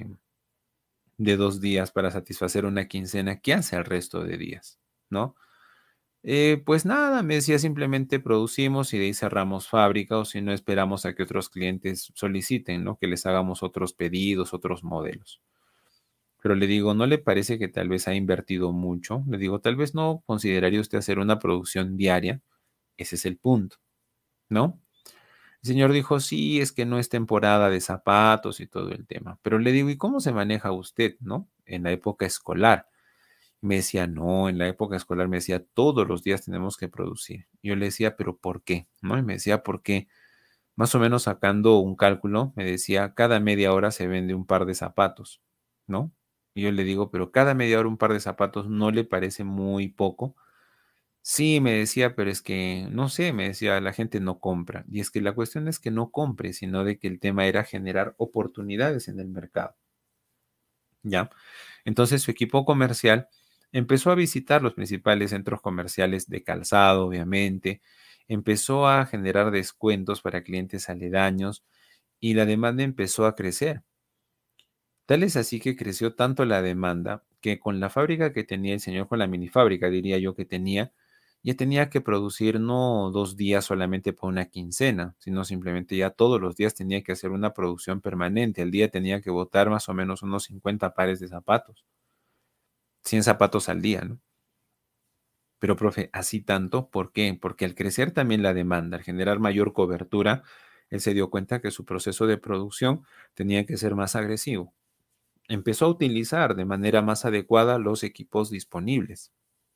de 2 días para satisfacer una quincena, ¿qué hace el resto de días? ¿No? Pues nada, me decía, simplemente producimos y de ahí cerramos fábrica o si no esperamos a que otros clientes soliciten, ¿no? Que les hagamos otros pedidos, otros modelos. Pero le digo, ¿no le parece que tal vez ha invertido mucho? Le digo, tal vez no consideraría usted hacer una producción diaria. Ese es el punto, ¿no? El señor dijo, sí, es que no es temporada de zapatos y todo el tema. Pero le digo, ¿y cómo se maneja usted, no? En la época escolar. Me decía, no, en la época escolar me decía, todos los días tenemos que producir. Y yo le decía, ¿pero por qué? ¿No? Y me decía, porque más o menos sacando un cálculo, me decía, cada media hora se vende un par de zapatos, ¿no? Y yo le digo, pero cada media hora un par de zapatos no le parece muy poco. Sí, me decía, pero es que, no sé, me decía, la gente no compra. Y es que la cuestión es que no compre, sino de que el tema era generar oportunidades en el mercado, ¿ya? Entonces su equipo comercial empezó a visitar los principales centros comerciales de calzado, obviamente, empezó a generar descuentos para clientes aledaños y la demanda empezó a crecer. Tal es así que creció tanto la demanda que con la fábrica que tenía el señor, con la minifábrica, diría yo que tenía, ya tenía que producir no 2 días solamente por una quincena, sino simplemente ya todos los días tenía que hacer una producción permanente. Al día tenía que botar más o menos unos 50 pares de zapatos, 100 zapatos al día, ¿no? Pero, profe, así tanto, ¿por qué? Porque al crecer también la demanda, al generar mayor cobertura, él se dio cuenta que su proceso de producción tenía que ser más agresivo. Empezó a utilizar de manera más adecuada los equipos disponibles,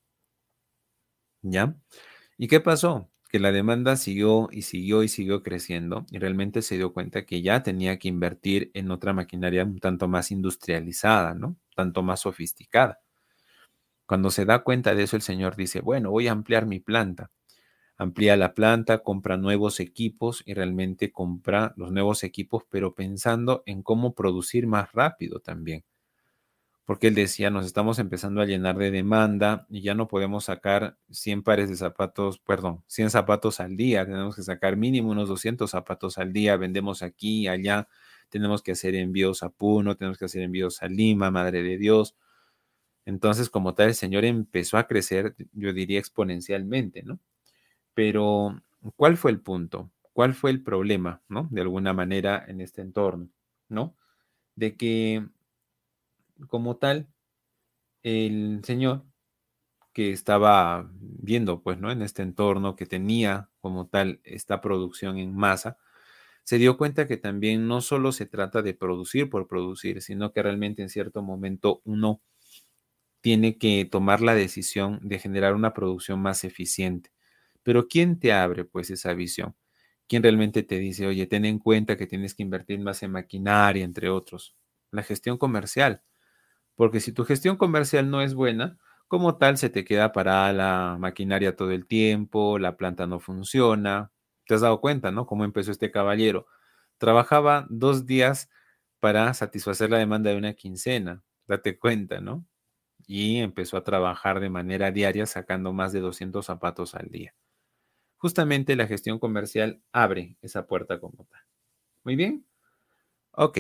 ¿ya? ¿Y qué pasó? Que la demanda siguió y siguió y siguió creciendo y realmente se dio cuenta que ya tenía que invertir en otra maquinaria un tanto más industrializada, ¿no? Tanto más sofisticada. Cuando se da cuenta de eso, el señor dice, bueno, voy a ampliar mi planta. Amplía la planta, compra nuevos equipos y realmente compra los nuevos equipos, pero pensando en cómo producir más rápido también. Porque él decía, nos estamos empezando a llenar de demanda y ya no podemos sacar 100 pares de zapatos, perdón, 100 zapatos al día, tenemos que sacar mínimo unos 200 zapatos al día, vendemos aquí, allá, tenemos que hacer envíos a Puno, tenemos que hacer envíos a Lima, Madre de Dios. Entonces, como tal, el señor empezó a crecer, yo diría exponencialmente, ¿no? Pero, ¿cuál fue el punto? ¿Cuál fue el problema, ¿no? De alguna manera en este entorno, ¿no? De que, como tal, el señor que estaba viendo, pues, ¿no? En este entorno que tenía como tal esta producción en masa, se dio cuenta que también no solo se trata de producir por producir, sino que realmente en cierto momento uno tiene que tomar la decisión de generar una producción más eficiente. Pero ¿quién te abre pues esa visión? ¿Quién realmente te dice, oye, ten en cuenta que tienes que invertir más en maquinaria, entre otros? La gestión comercial. Porque si tu gestión comercial no es buena, como tal se te queda parada la maquinaria todo el tiempo, la planta no funciona. ¿Te has dado cuenta, no? Cómo empezó este caballero. Trabajaba 2 días para satisfacer la demanda de una quincena, date cuenta, ¿no? Y empezó a trabajar de manera diaria sacando más de 200 zapatos al día. Justamente la gestión comercial abre esa puerta como tal. Muy bien. Ok.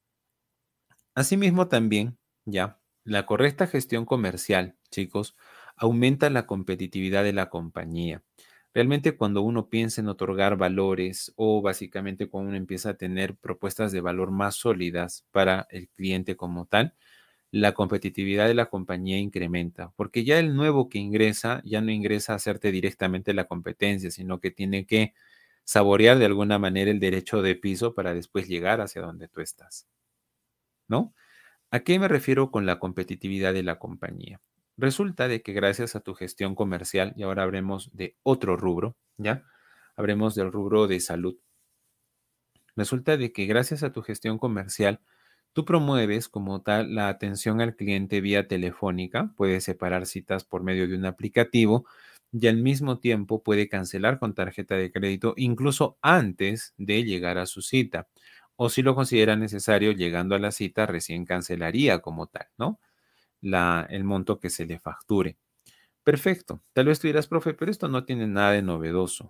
Asimismo también, ya, la correcta gestión comercial, chicos, aumenta la competitividad de la compañía. Realmente cuando uno piensa en otorgar valores o básicamente cuando uno empieza a tener propuestas de valor más sólidas para el cliente como tal, la competitividad de la compañía incrementa, porque ya el nuevo que ingresa ya no ingresa a hacerte directamente la competencia, sino que tiene que saborear de alguna manera el derecho de piso para después llegar hacia donde tú estás, ¿no? ¿A qué me refiero con la competitividad de la compañía? Resulta de que gracias a tu gestión comercial, y ahora hablemos de otro rubro, ¿ya? Hablemos del rubro de salud. Resulta de que gracias a tu gestión comercial, tú promueves como tal la atención al cliente vía telefónica, puedes separar citas por medio de un aplicativo y al mismo tiempo puede cancelar con tarjeta de crédito incluso antes de llegar a su cita. O si lo considera necesario, llegando a la cita, recién cancelaría como tal, ¿no? El monto que se le facture. Perfecto. Tal vez tú dirás, profe, pero esto no tiene nada de novedoso.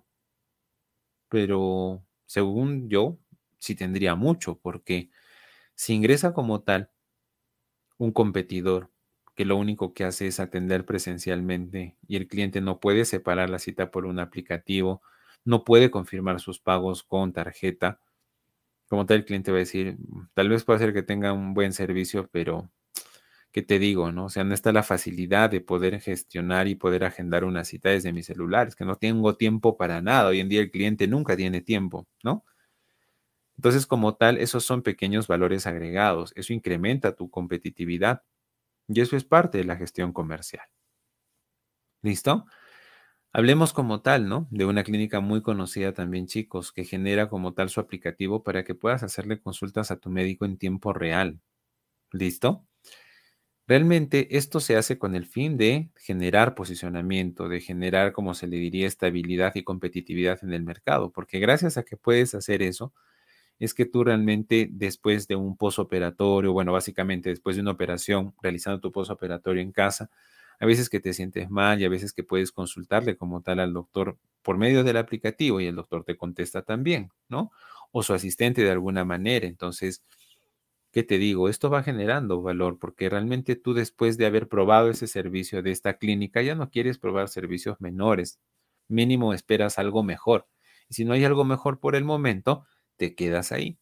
Pero según yo, sí tendría mucho, porque si ingresa como tal un competidor que lo único que hace es atender presencialmente y el cliente no puede separar la cita por un aplicativo, no puede confirmar sus pagos con tarjeta, como tal el cliente va a decir, tal vez pueda ser que tenga un buen servicio, pero ¿qué te digo, no? O sea, no está la facilidad de poder gestionar y poder agendar una cita desde mi celular, es que no tengo tiempo para nada, hoy en día el cliente nunca tiene tiempo, ¿no? Entonces, como tal, esos son pequeños valores agregados, eso incrementa tu competitividad y eso es parte de la gestión comercial. ¿Listo? Hablemos como tal, ¿no? De una clínica muy conocida también, chicos, que genera como tal su aplicativo para que puedas hacerle consultas a tu médico en tiempo real. ¿Listo? Realmente esto se hace con el fin de generar posicionamiento, de generar, como se le diría, estabilidad y competitividad en el mercado, porque gracias a que puedes hacer eso, es que tú realmente después de un posoperatorio, bueno, básicamente después de una operación, realizando tu posoperatorio en casa, a veces que te sientes mal y a veces que puedes consultarle como tal al doctor por medio del aplicativo y el doctor te contesta también, ¿no? O su asistente de alguna manera. Entonces, ¿qué te digo? Esto va generando valor porque realmente tú después de haber probado ese servicio de esta clínica ya no quieres probar servicios menores. Mínimo esperas algo mejor. Y si no hay algo mejor por el momento, te quedas ahí,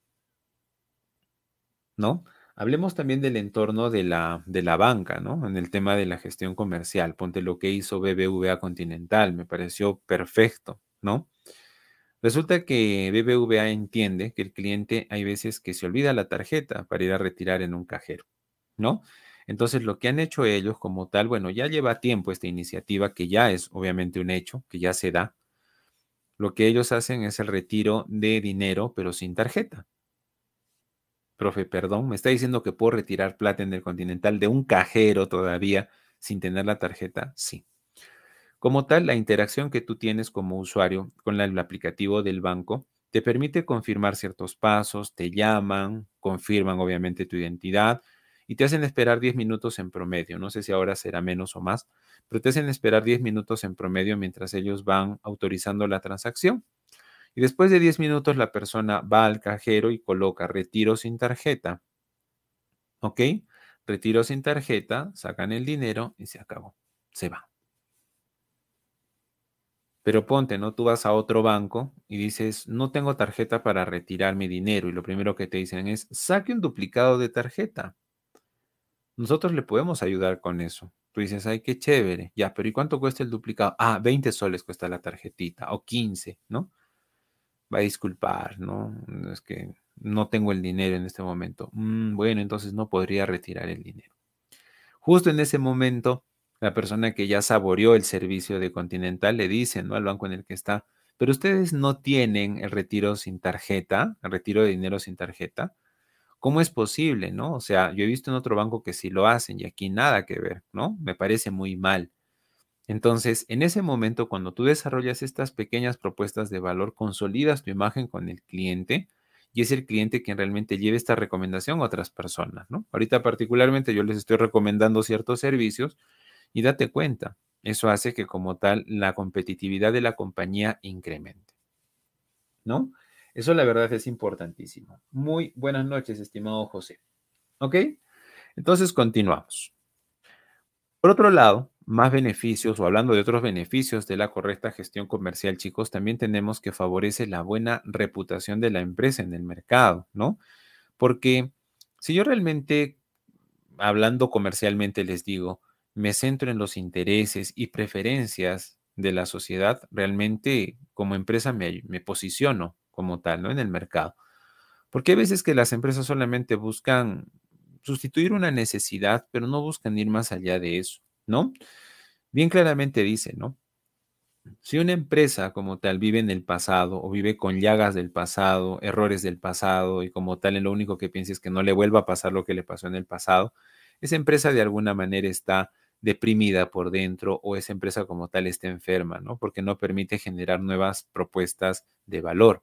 ¿no? Hablemos también del entorno de la banca, ¿no? En el tema de la gestión comercial. Ponte lo que hizo BBVA Continental, me pareció perfecto, ¿no? Resulta que BBVA entiende que el cliente hay veces que se olvida la tarjeta para ir a retirar en un cajero, ¿no? Entonces, lo que han hecho ellos como tal, bueno, ya lleva tiempo esta iniciativa, que ya es obviamente un hecho, que ya se da. Lo que ellos hacen es el retiro de dinero, pero sin tarjeta. Profe, perdón, ¿me está diciendo que puedo retirar plata en el Continental de un cajero todavía sin tener la tarjeta? Sí. Como tal, la interacción que tú tienes como usuario con el aplicativo del banco te permite confirmar ciertos pasos, te llaman, confirman obviamente tu identidad y te hacen esperar 10 minutos en promedio. No sé si ahora será menos o más, pero te hacen esperar 10 minutos en promedio mientras ellos van autorizando la transacción. Y después de 10 minutos la persona va al cajero y coloca retiro sin tarjeta. ¿Ok? Retiro sin tarjeta, sacan el dinero y se acabó. Se va. Pero ponte, ¿no? Tú vas a otro banco y dices, no tengo tarjeta para retirar mi dinero. Y lo primero que te dicen es, saque un duplicado de tarjeta. Nosotros le podemos ayudar con eso. Tú dices, ay, qué chévere. Ya, pero ¿y cuánto cuesta el duplicado? Ah, 20 soles cuesta la tarjetita o 15, ¿no? Va a disculpar, ¿no? Es que no tengo el dinero en este momento. Bueno, entonces no podría retirar el dinero. Justo en ese momento, la persona que ya saboreó el servicio de Continental le dice, ¿no? Al banco en el que está, pero ustedes no tienen el retiro sin tarjeta, el retiro de dinero sin tarjeta. ¿Cómo es posible, no? O sea, yo he visto en otro banco que sí lo hacen y aquí nada que ver, ¿no? Me parece muy mal. Entonces, en ese momento, cuando tú desarrollas estas pequeñas propuestas de valor, consolidas tu imagen con el cliente y es el cliente quien realmente lleve esta recomendación a otras personas, ¿no? Ahorita particularmente yo les estoy recomendando ciertos servicios y date cuenta, eso hace que como tal la competitividad de la compañía incremente, ¿no? Eso la verdad es importantísimo. Muy buenas noches, estimado José. ¿Ok? Entonces continuamos. Por otro lado, más beneficios o hablando de otros beneficios de la correcta gestión comercial, chicos, también tenemos que favorece la buena reputación de la empresa en el mercado, ¿no? Porque si yo realmente, hablando comercialmente, les digo, me centro en los intereses y preferencias de la sociedad, realmente como empresa me posiciono como tal, ¿no? En el mercado. Porque hay veces que las empresas solamente buscan sustituir una necesidad, pero no buscan ir más allá de eso, ¿no? Bien claramente dice, ¿no? Si una empresa como tal vive en el pasado o vive con llagas del pasado, errores del pasado y como tal en lo único que piensa es que no le vuelva a pasar lo que le pasó en el pasado, esa empresa de alguna manera está deprimida por dentro o esa empresa como tal está enferma, ¿no? Porque no permite generar nuevas propuestas de valor.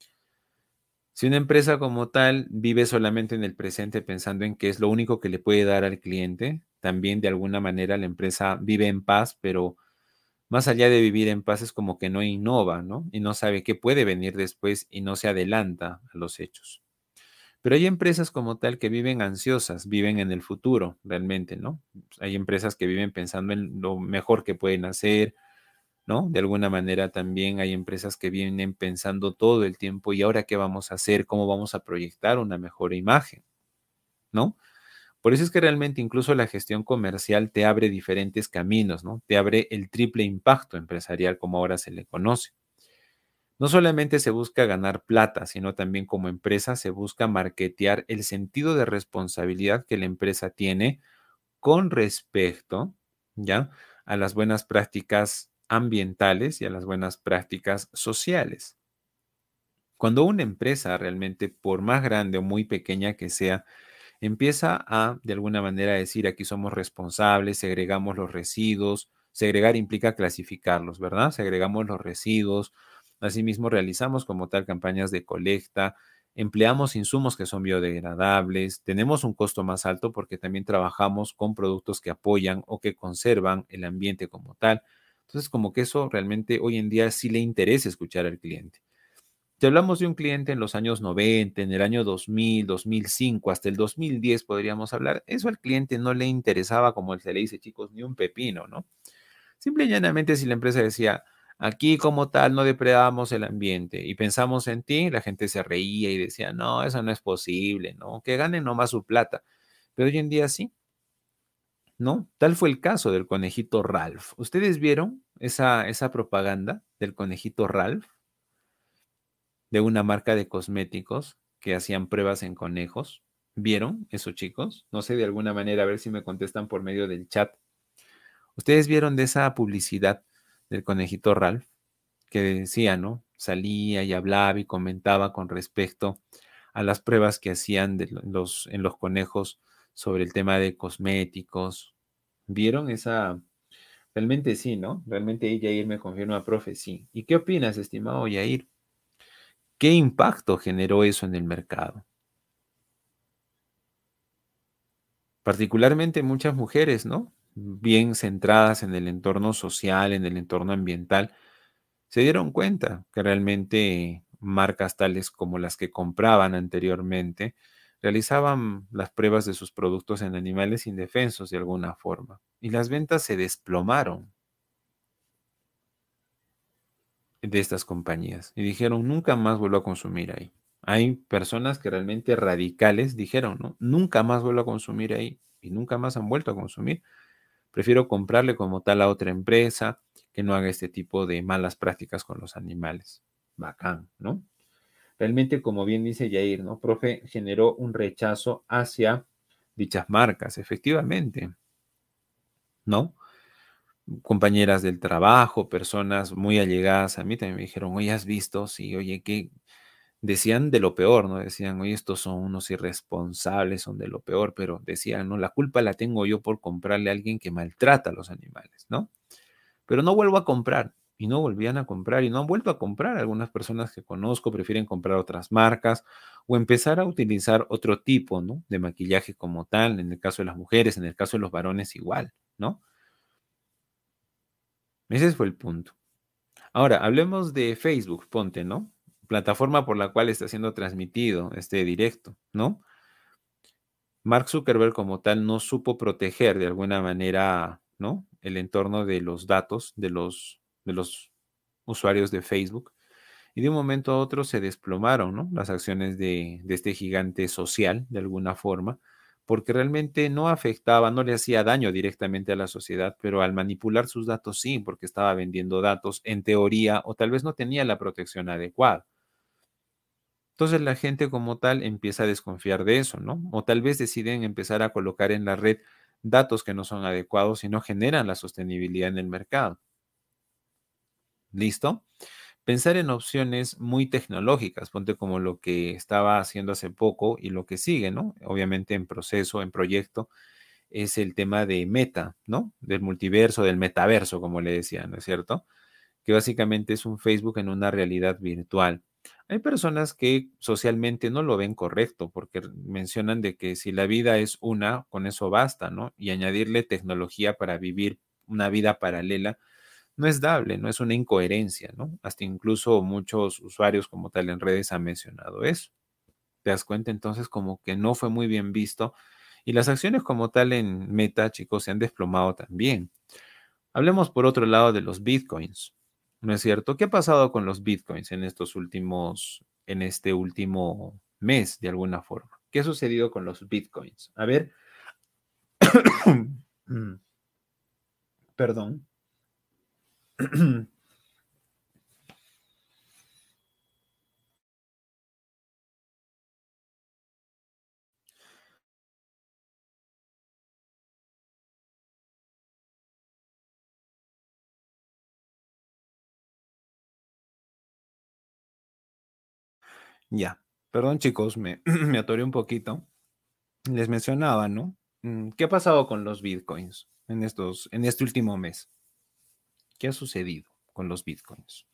Si una empresa como tal vive solamente en el presente pensando en qué es lo único que le puede dar al cliente, también de alguna manera la empresa vive en paz, pero más allá de vivir en paz es como que no innova, ¿no? Y no sabe qué puede venir después y no se adelanta a los hechos. Pero hay empresas como tal que viven ansiosas, viven en el futuro, realmente, ¿no? Hay empresas que viven pensando en lo mejor que pueden hacer, ¿no? De alguna manera también hay empresas que vienen pensando todo el tiempo, ¿y ahora qué vamos a hacer? ¿Cómo vamos a proyectar una mejor imagen? ¿No? Por eso es que realmente incluso la gestión comercial te abre diferentes caminos, ¿no? Te abre el triple impacto empresarial, como ahora se le conoce. No solamente se busca ganar plata, sino también como empresa se busca marketear el sentido de responsabilidad que la empresa tiene con respecto, ¿ya? A las buenas prácticas ambientales y a las buenas prácticas sociales. Cuando una empresa realmente, por más grande o muy pequeña que sea, empieza a, de alguna manera, decir aquí somos responsables, segregamos los residuos, segregar implica clasificarlos, ¿verdad? Segregamos los residuos, asimismo realizamos como tal campañas de colecta, empleamos insumos que son biodegradables, tenemos un costo más alto porque también trabajamos con productos que apoyan o que conservan el ambiente como tal. Entonces, como que eso realmente hoy en día sí le interesa escuchar al cliente. Si hablamos de un cliente en los años 90, en el año 2000, 2005, hasta el 2010 podríamos hablar, eso al cliente no le interesaba, como se le dice, chicos, ni un pepino, ¿no? Simple y llanamente si la empresa decía, aquí como tal no depredamos el ambiente y pensamos en ti, la gente se reía y decía, no, eso no es posible, ¿no? Que ganen nomás su plata. Pero hoy en día sí, ¿no? Tal fue el caso del conejito Ralph. ¿Ustedes vieron esa propaganda del conejito Ralph? De una marca de cosméticos que hacían pruebas en conejos. ¿Vieron eso, chicos? No sé, de alguna manera, a ver si me contestan por medio del chat. ¿Ustedes vieron de esa publicidad del conejito Ralph que decía, ¿no? Salía y hablaba y comentaba con respecto a las pruebas que hacían en los conejos sobre el tema de cosméticos. ¿Vieron esa? Realmente sí, ¿no? Realmente Yair me confirma, profe, sí. ¿Y qué opinas, estimado Yair? ¿Qué impacto generó eso en el mercado? Particularmente muchas mujeres, ¿no? Bien centradas en el entorno social, en el entorno ambiental, se dieron cuenta que realmente marcas tales como las que compraban anteriormente realizaban las pruebas de sus productos en animales indefensos de alguna forma y las ventas se desplomaron de estas compañías y dijeron, nunca más vuelvo a consumir ahí. Hay personas que realmente radicales dijeron, ¿no? Nunca más vuelvo a consumir ahí y nunca más han vuelto a consumir. Prefiero comprarle como tal a otra empresa que no haga este tipo de malas prácticas con los animales. Bacán, ¿no? Realmente, como bien dice Yair, ¿no? Profe, generó un rechazo hacia dichas marcas, efectivamente, ¿no? Compañeras del trabajo, personas muy allegadas a mí también me dijeron, oye, ¿has visto? Sí, oye, ¿qué? Decían de lo peor, ¿no? Decían, oye, estos son unos irresponsables, son de lo peor, pero decían, no, la culpa la tengo yo por comprarle a alguien que maltrata a los animales, ¿no? Pero no vuelvo a comprar. y no volvían a comprar y no han vuelto a comprar. Algunas personas que conozco prefieren comprar otras marcas o empezar a utilizar otro tipo, ¿no?, de maquillaje como tal, en el caso de las mujeres, en el caso de los varones igual, ¿no? Ese fue el punto. Ahora, hablemos de Facebook, ponte, ¿no? Plataforma por la cual está siendo transmitido este directo, ¿no? Mark Zuckerberg como tal no supo proteger de alguna manera, ¿no?, el entorno de los datos de los usuarios de Facebook. Y de un momento a otro se desplomaron, ¿no?, las acciones de este gigante social, de alguna forma, porque realmente no afectaba, no le hacía daño directamente a la sociedad, pero al manipular sus datos sí, porque estaba vendiendo datos en teoría o tal vez no tenía la protección adecuada. Entonces la gente como tal empieza a desconfiar de eso, ¿no? O tal vez deciden empezar a colocar en la red datos que no son adecuados y no generan la sostenibilidad en el mercado. ¿Listo? Pensar en opciones muy tecnológicas, ponte como lo que estaba haciendo hace poco y lo que sigue, ¿no? Obviamente en proceso, en proyecto, es el tema de Meta, ¿no? Del multiverso, del metaverso, como le decían, ¿no es cierto? Que básicamente es un Facebook en una realidad virtual. Hay personas que socialmente no lo ven correcto porque mencionan de que si la vida es una, con eso basta, ¿no? Y añadirle tecnología para vivir una vida paralela no es dable, no es una incoherencia, ¿no? Hasta incluso muchos usuarios como tal en redes han mencionado eso. Te das cuenta entonces como que no fue muy bien visto y las acciones como tal en Meta, chicos, se han desplomado también. Hablemos por otro lado de los bitcoins, ¿no es cierto? ¿Qué ha pasado con los bitcoins en este último mes, de alguna forma? ¿Qué ha sucedido con los bitcoins? A ver, perdón. Ya, perdón chicos, me atoré un poquito. Les mencionaba, ¿no? ¿Qué ha pasado con los bitcoins en este último mes? ¿Qué ha sucedido con los bitcoins?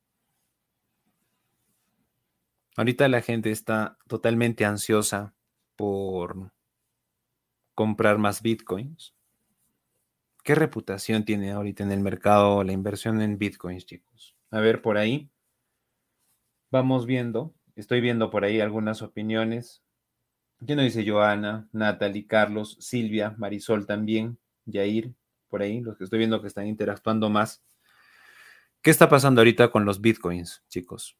Ahorita la gente está totalmente ansiosa por comprar más bitcoins. ¿Qué reputación tiene ahorita en el mercado la inversión en bitcoins, chicos? A ver, por ahí vamos viendo. Estoy viendo por ahí algunas opiniones. ¿Qué nos dice Joana, Natalie, Carlos, Silvia, Marisol también, Yair, por ahí, los que estoy viendo que están interactuando más? ¿Qué está pasando ahorita con los bitcoins, chicos?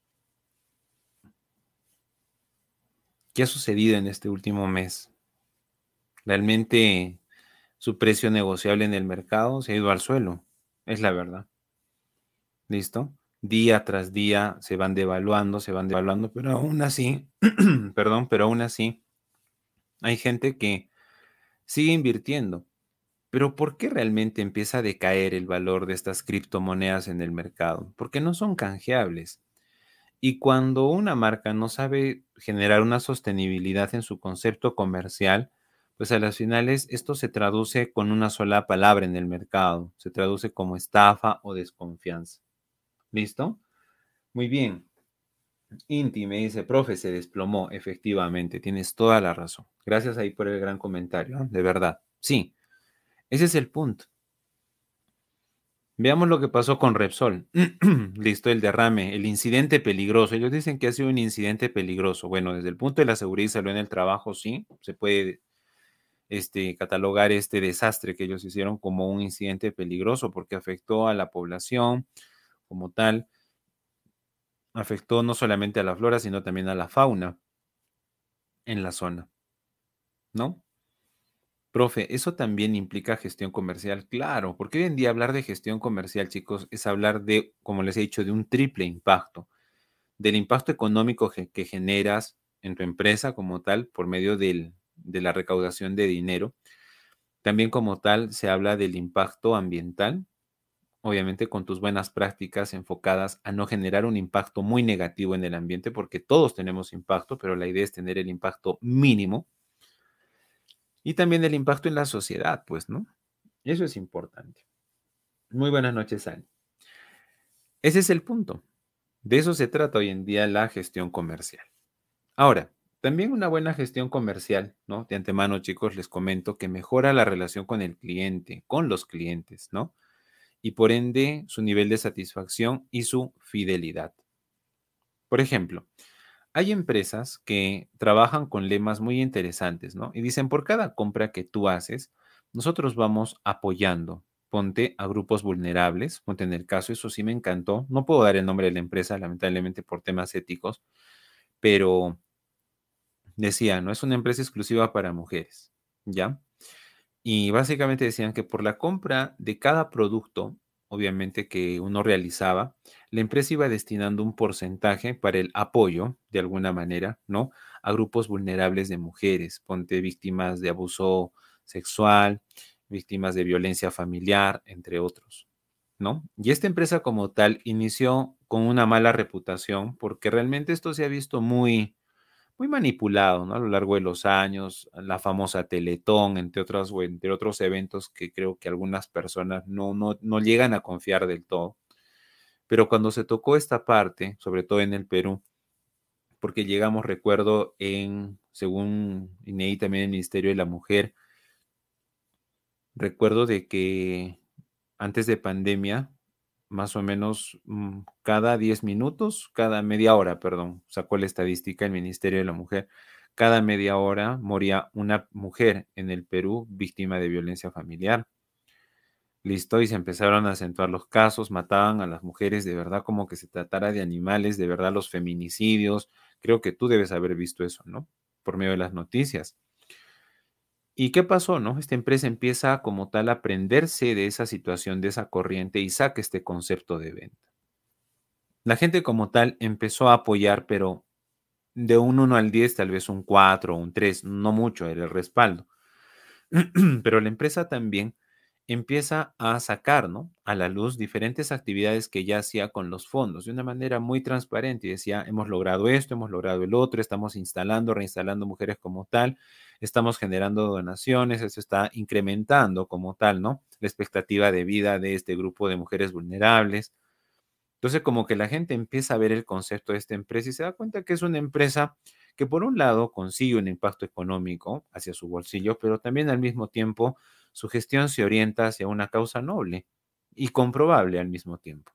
¿Qué ha sucedido en este último mes? Realmente su precio negociable en el mercado se ha ido al suelo, es la verdad. ¿Listo? Día tras día se van devaluando, pero aún así, perdón, pero aún así hay gente que sigue invirtiendo. Pero ¿por qué realmente empieza a decaer el valor de estas criptomonedas en el mercado? Porque no son canjeables. Y cuando una marca no sabe generar una sostenibilidad en su concepto comercial, pues a las finales esto se traduce con una sola palabra en el mercado, se traduce como estafa o desconfianza. ¿Listo? Muy bien. Inti me dice, profe, se desplomó. Efectivamente, tienes toda la razón. Gracias ahí por el gran comentario, ¿no? De verdad. Sí, ese es el punto. Veamos lo que pasó con Repsol. Listo, el derrame, el incidente peligroso. Ellos dicen que ha sido un incidente peligroso. Bueno, desde el punto de la seguridad y salud en el trabajo, sí, se puede catalogar este desastre que ellos hicieron como un incidente peligroso porque afectó a la población como tal, afectó no solamente a la flora, sino también a la fauna en la zona, ¿no? Profe, ¿eso también implica gestión comercial? Claro, porque hoy en día hablar de gestión comercial, chicos, es hablar de, como les he dicho, de un triple impacto, del impacto económico que generas en tu empresa como tal por medio de la recaudación de dinero. También como tal se habla del impacto ambiental, obviamente con tus buenas prácticas enfocadas a no generar un impacto muy negativo en el ambiente, porque todos tenemos impacto, pero la idea es tener el impacto mínimo. Y también el impacto en la sociedad, pues, ¿no? Eso es importante. Muy buenas noches, Ani. Ese es el punto. De eso se trata hoy en día la gestión comercial. Ahora, también una buena gestión comercial, ¿no? De antemano, chicos, les comento que mejora la relación con el cliente, con los clientes, ¿no? Y por ende su nivel de satisfacción y su fidelidad. Por ejemplo, hay empresas que trabajan con lemas muy interesantes, ¿no? Y dicen, por cada compra que tú haces, nosotros vamos apoyando. Ponte a grupos vulnerables, ponte en el caso, eso sí me encantó. No puedo dar el nombre de la empresa, lamentablemente por temas éticos, pero decía, ¿no? Es una empresa exclusiva para mujeres, ¿ya? Y básicamente decían que por la compra de cada producto, obviamente que uno realizaba, la empresa iba destinando un porcentaje para el apoyo, de alguna manera, ¿no? A grupos vulnerables de mujeres, ponte víctimas de abuso sexual, víctimas de violencia familiar, entre otros, ¿no? Y esta empresa como tal inició con una mala reputación porque realmente esto se ha visto muy manipulado, ¿no? A lo largo de los años, la famosa Teletón, entre otros, o entre otros eventos que creo que algunas personas no llegan a confiar del todo. Pero cuando se tocó esta parte, sobre todo en el Perú, porque llegamos, recuerdo, según INEI, también el Ministerio de la Mujer, recuerdo de que antes de pandemia, más o menos cada 10 minutos, cada media hora, perdón, sacó la estadística el Ministerio de la Mujer, cada media hora moría una mujer en el Perú víctima de violencia familiar. Listo, y se empezaron a acentuar los casos, mataban a las mujeres de verdad como que se tratara de animales, de verdad los feminicidios. Creo que tú debes haber visto eso, ¿no? Por medio de las noticias. ¿Y qué pasó, no? Esta empresa empieza como tal a aprenderse de esa situación, de esa corriente y saca este concepto de venta. La gente como tal empezó a apoyar, pero de un 1 al 10, tal vez un 4 o un 3, no mucho era el respaldo. Pero la empresa también empieza a sacar, ¿no? A la luz diferentes actividades que ya hacía con los fondos de una manera muy transparente y decía, hemos logrado esto, hemos logrado el otro, estamos instalando, reinstalando mujeres como tal, estamos generando donaciones, eso está incrementando como tal, ¿no? La expectativa de vida de este grupo de mujeres vulnerables. Entonces, como que la gente empieza a ver el concepto de esta empresa y se da cuenta que es una empresa que por un lado consigue un impacto económico hacia su bolsillo, pero también al mismo tiempo su gestión se orienta hacia una causa noble y comprobable al mismo tiempo.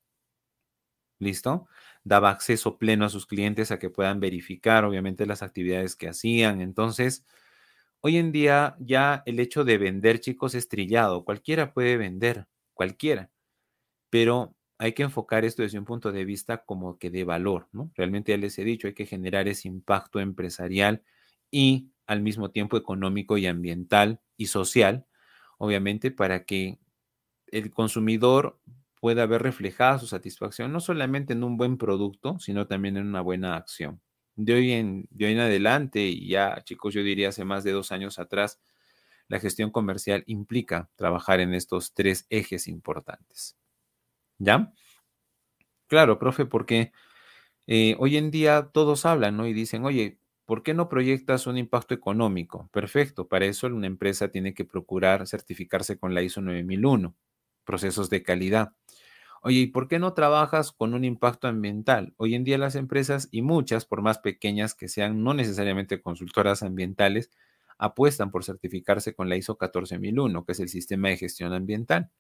¿Listo? Daba acceso pleno a sus clientes a que puedan verificar, obviamente, las actividades que hacían. Entonces, hoy en día ya el hecho de vender, chicos, es trillado. Cualquiera puede vender, cualquiera, pero hay que enfocar esto desde un punto de vista como que de valor, ¿no? Realmente ya les he dicho, hay que generar ese impacto empresarial y al mismo tiempo económico y ambiental y social, obviamente, para que el consumidor pueda ver reflejada su satisfacción, no solamente en un buen producto, sino también en una buena acción. De hoy en adelante, y ya chicos, yo diría hace más de 2 años atrás, la gestión comercial implica trabajar en estos tres ejes importantes. ¿Ya? Claro, profe, porque hoy en día todos hablan, ¿no? Y dicen, oye, ¿por qué no proyectas un impacto económico? Perfecto, para eso una empresa tiene que procurar certificarse con la ISO 9001, procesos de calidad. Oye, ¿y por qué no trabajas con un impacto ambiental? Hoy en día las empresas y muchas, por más pequeñas que sean, no necesariamente consultoras ambientales, apuestan por certificarse con la ISO 14001, que es el sistema de gestión ambiental,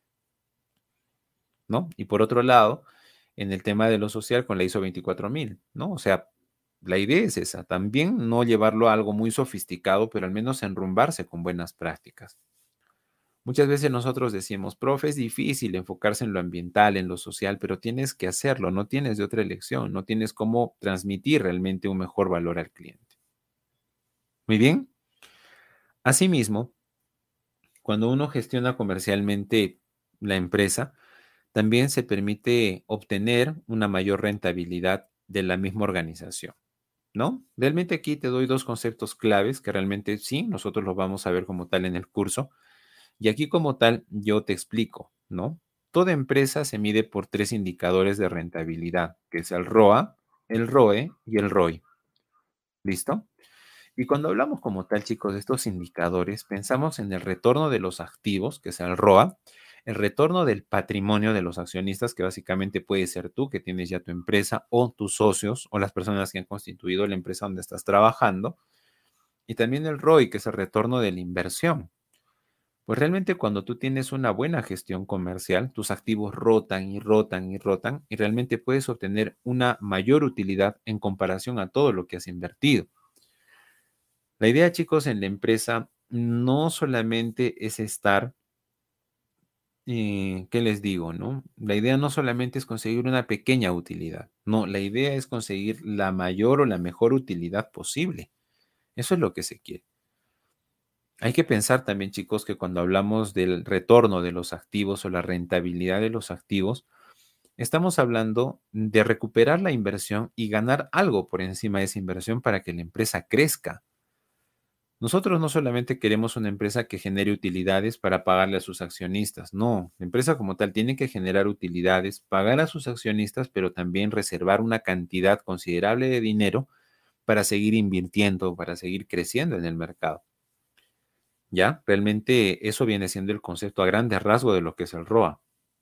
¿no? Y por otro lado, en el tema de lo social con la ISO 24000, ¿no? O sea, la idea es esa, también no llevarlo a algo muy sofisticado, pero al menos enrumbarse con buenas prácticas. Muchas veces nosotros decimos, profe, es difícil enfocarse en lo ambiental, en lo social, pero tienes que hacerlo, no tienes de otra elección, no tienes cómo transmitir realmente un mejor valor al cliente. Muy bien. Asimismo, cuando uno gestiona comercialmente la empresa, también se permite obtener una mayor rentabilidad de la misma organización, ¿no? Realmente aquí te doy dos conceptos claves que realmente sí, nosotros los vamos a ver como tal en el curso. Y aquí como tal yo te explico, ¿no? Toda empresa se mide por tres indicadores de rentabilidad, que es el ROA, el ROE y el ROI. ¿Listo? Y cuando hablamos como tal, chicos, de estos indicadores, pensamos en el retorno de los activos, que es el ROA, el retorno del patrimonio de los accionistas, que básicamente puede ser tú, que tienes ya tu empresa, o tus socios, o las personas que han constituido la empresa donde estás trabajando, y también el ROI, que es el retorno de la inversión. Pues realmente cuando tú tienes una buena gestión comercial, tus activos rotan y rotan y rotan, y realmente puedes obtener una mayor utilidad en comparación a todo lo que has invertido. La idea, chicos, en la empresa no solamente es estar, ¿qué les digo, no? La idea no solamente es conseguir una pequeña utilidad, no, la idea es conseguir la mayor o la mejor utilidad posible. Eso es lo que se quiere. Hay que pensar también, chicos, que cuando hablamos del retorno de los activos o la rentabilidad de los activos, estamos hablando de recuperar la inversión y ganar algo por encima de esa inversión para que la empresa crezca. Nosotros no solamente queremos una empresa que genere utilidades para pagarle a sus accionistas, no, la empresa como tal tiene que generar utilidades, pagar a sus accionistas, pero también reservar una cantidad considerable de dinero para seguir invirtiendo, para seguir creciendo en el mercado. ¿Ya? Realmente eso viene siendo el concepto a grandes rasgos de lo que es el ROA.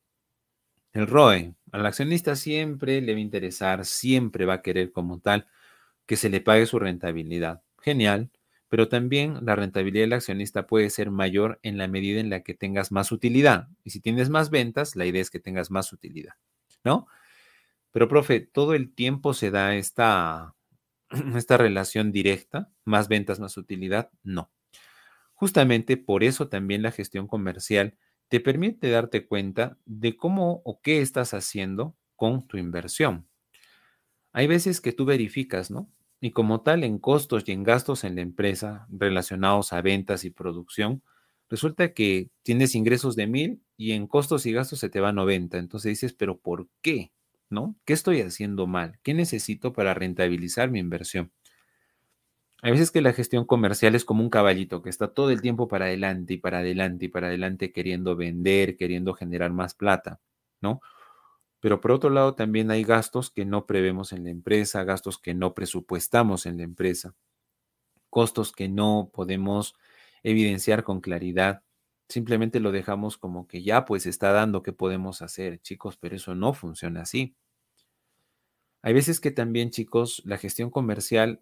El ROE, al accionista siempre le va a interesar, siempre va a querer como tal que se le pague su rentabilidad. Genial, pero también la rentabilidad del accionista puede ser mayor en la medida en la que tengas más utilidad. Y si tienes más ventas, la idea es que tengas más utilidad, ¿no? Pero, profe, ¿todo el tiempo se da esta relación directa? ¿Más ventas, más utilidad? No. Justamente por eso también la gestión comercial te permite darte cuenta de cómo o qué estás haciendo con tu inversión. Hay veces que tú verificas, ¿no? Y como tal, en costos y en gastos en la empresa relacionados a ventas y producción, resulta que tienes ingresos de 1,000 y en costos y gastos se te va 90. Entonces dices, pero ¿por qué? ¿No? ¿Qué estoy haciendo mal? ¿Qué necesito para rentabilizar mi inversión? Hay veces que la gestión comercial es como un caballito que está todo el tiempo para adelante y para adelante y para adelante queriendo vender, queriendo generar más plata, ¿no? Pero por otro lado también hay gastos que no prevemos en la empresa, gastos que no presupuestamos en la empresa, costos que no podemos evidenciar con claridad. Simplemente lo dejamos como que ya pues está dando qué podemos hacer, chicos, pero eso no funciona así. Hay veces que también, chicos, la gestión comercial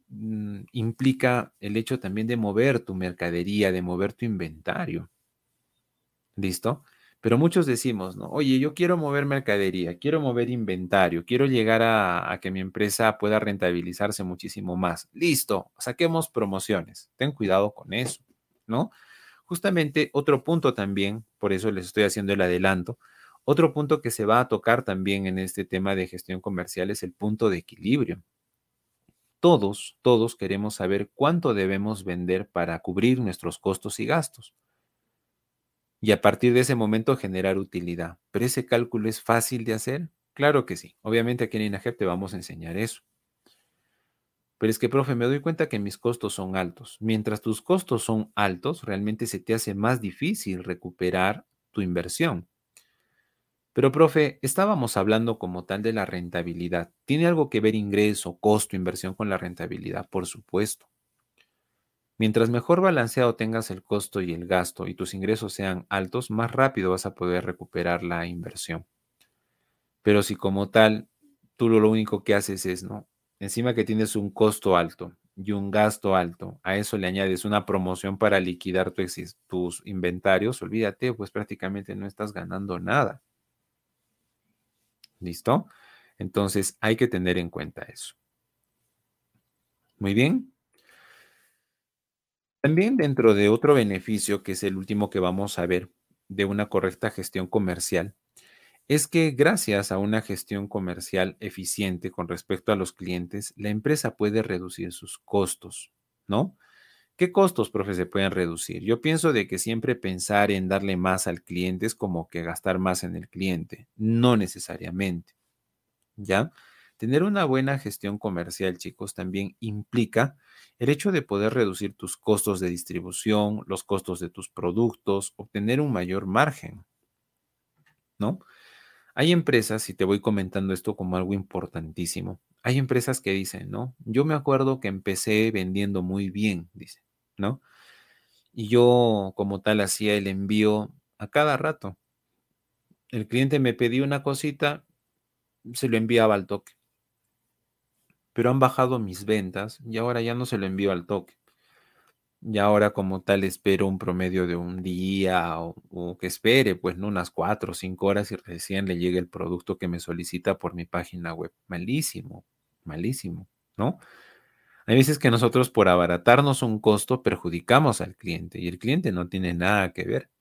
implica el hecho también de mover tu mercadería, de mover tu inventario. ¿Listo? Pero muchos decimos, ¿no? Oye, yo quiero mover mercadería, quiero mover inventario, quiero llegar a que mi empresa pueda rentabilizarse muchísimo más. Listo, saquemos promociones. Ten cuidado con eso, ¿no? Justamente otro punto también, por eso les estoy haciendo el adelanto, otro punto que se va a tocar también en este tema de gestión comercial es el punto de equilibrio. Todos queremos saber cuánto debemos vender para cubrir nuestros costos y gastos y a partir de ese momento generar utilidad. ¿Pero ese cálculo es fácil de hacer? Claro que sí. Obviamente aquí en INAGEP te vamos a enseñar eso. Pero es que, profe, me doy cuenta que mis costos son altos. Mientras tus costos son altos, realmente se te hace más difícil recuperar tu inversión. Pero, profe, estábamos hablando como tal de la rentabilidad. ¿Tiene algo que ver ingreso, costo, inversión con la rentabilidad? Por supuesto. Mientras mejor balanceado tengas el costo y el gasto y tus ingresos sean altos, más rápido vas a poder recuperar la inversión. Pero si como tal, tú lo único que haces es, ¿no? Encima que tienes un costo alto y un gasto alto, a eso le añades una promoción para liquidar tus inventarios, olvídate, pues prácticamente no estás ganando nada. ¿Listo? Entonces hay que tener en cuenta eso. Muy bien. También dentro de otro beneficio, que es el último que vamos a ver, de una correcta gestión comercial, es que gracias a una gestión comercial eficiente con respecto a los clientes, la empresa puede reducir sus costos, ¿no? ¿Qué costos, profe, se pueden reducir? Yo pienso de que siempre pensar en darle más al cliente es como que gastar más en el cliente, no necesariamente. ¿Ya? Tener una buena gestión comercial, chicos, también implica el hecho de poder reducir tus costos de distribución, los costos de tus productos, obtener un mayor margen, ¿no? Hay empresas, y te voy comentando esto como algo importantísimo, hay empresas que dicen, ¿no? Yo me acuerdo que empecé vendiendo muy bien, dice, ¿no? Y yo como tal hacía el envío a cada rato. El cliente me pedía una cosita, se lo enviaba al toque. Pero han bajado mis ventas y ahora ya no se lo envío al toque. Y ahora como tal espero un promedio de un día o que espere pues ¿no? Unas 4 o 5 horas y recién le llegue el producto que me solicita por mi página web. Malísimo, malísimo, ¿no? Hay veces que nosotros por abaratarnos un costo perjudicamos al cliente y el cliente no tiene nada que ver.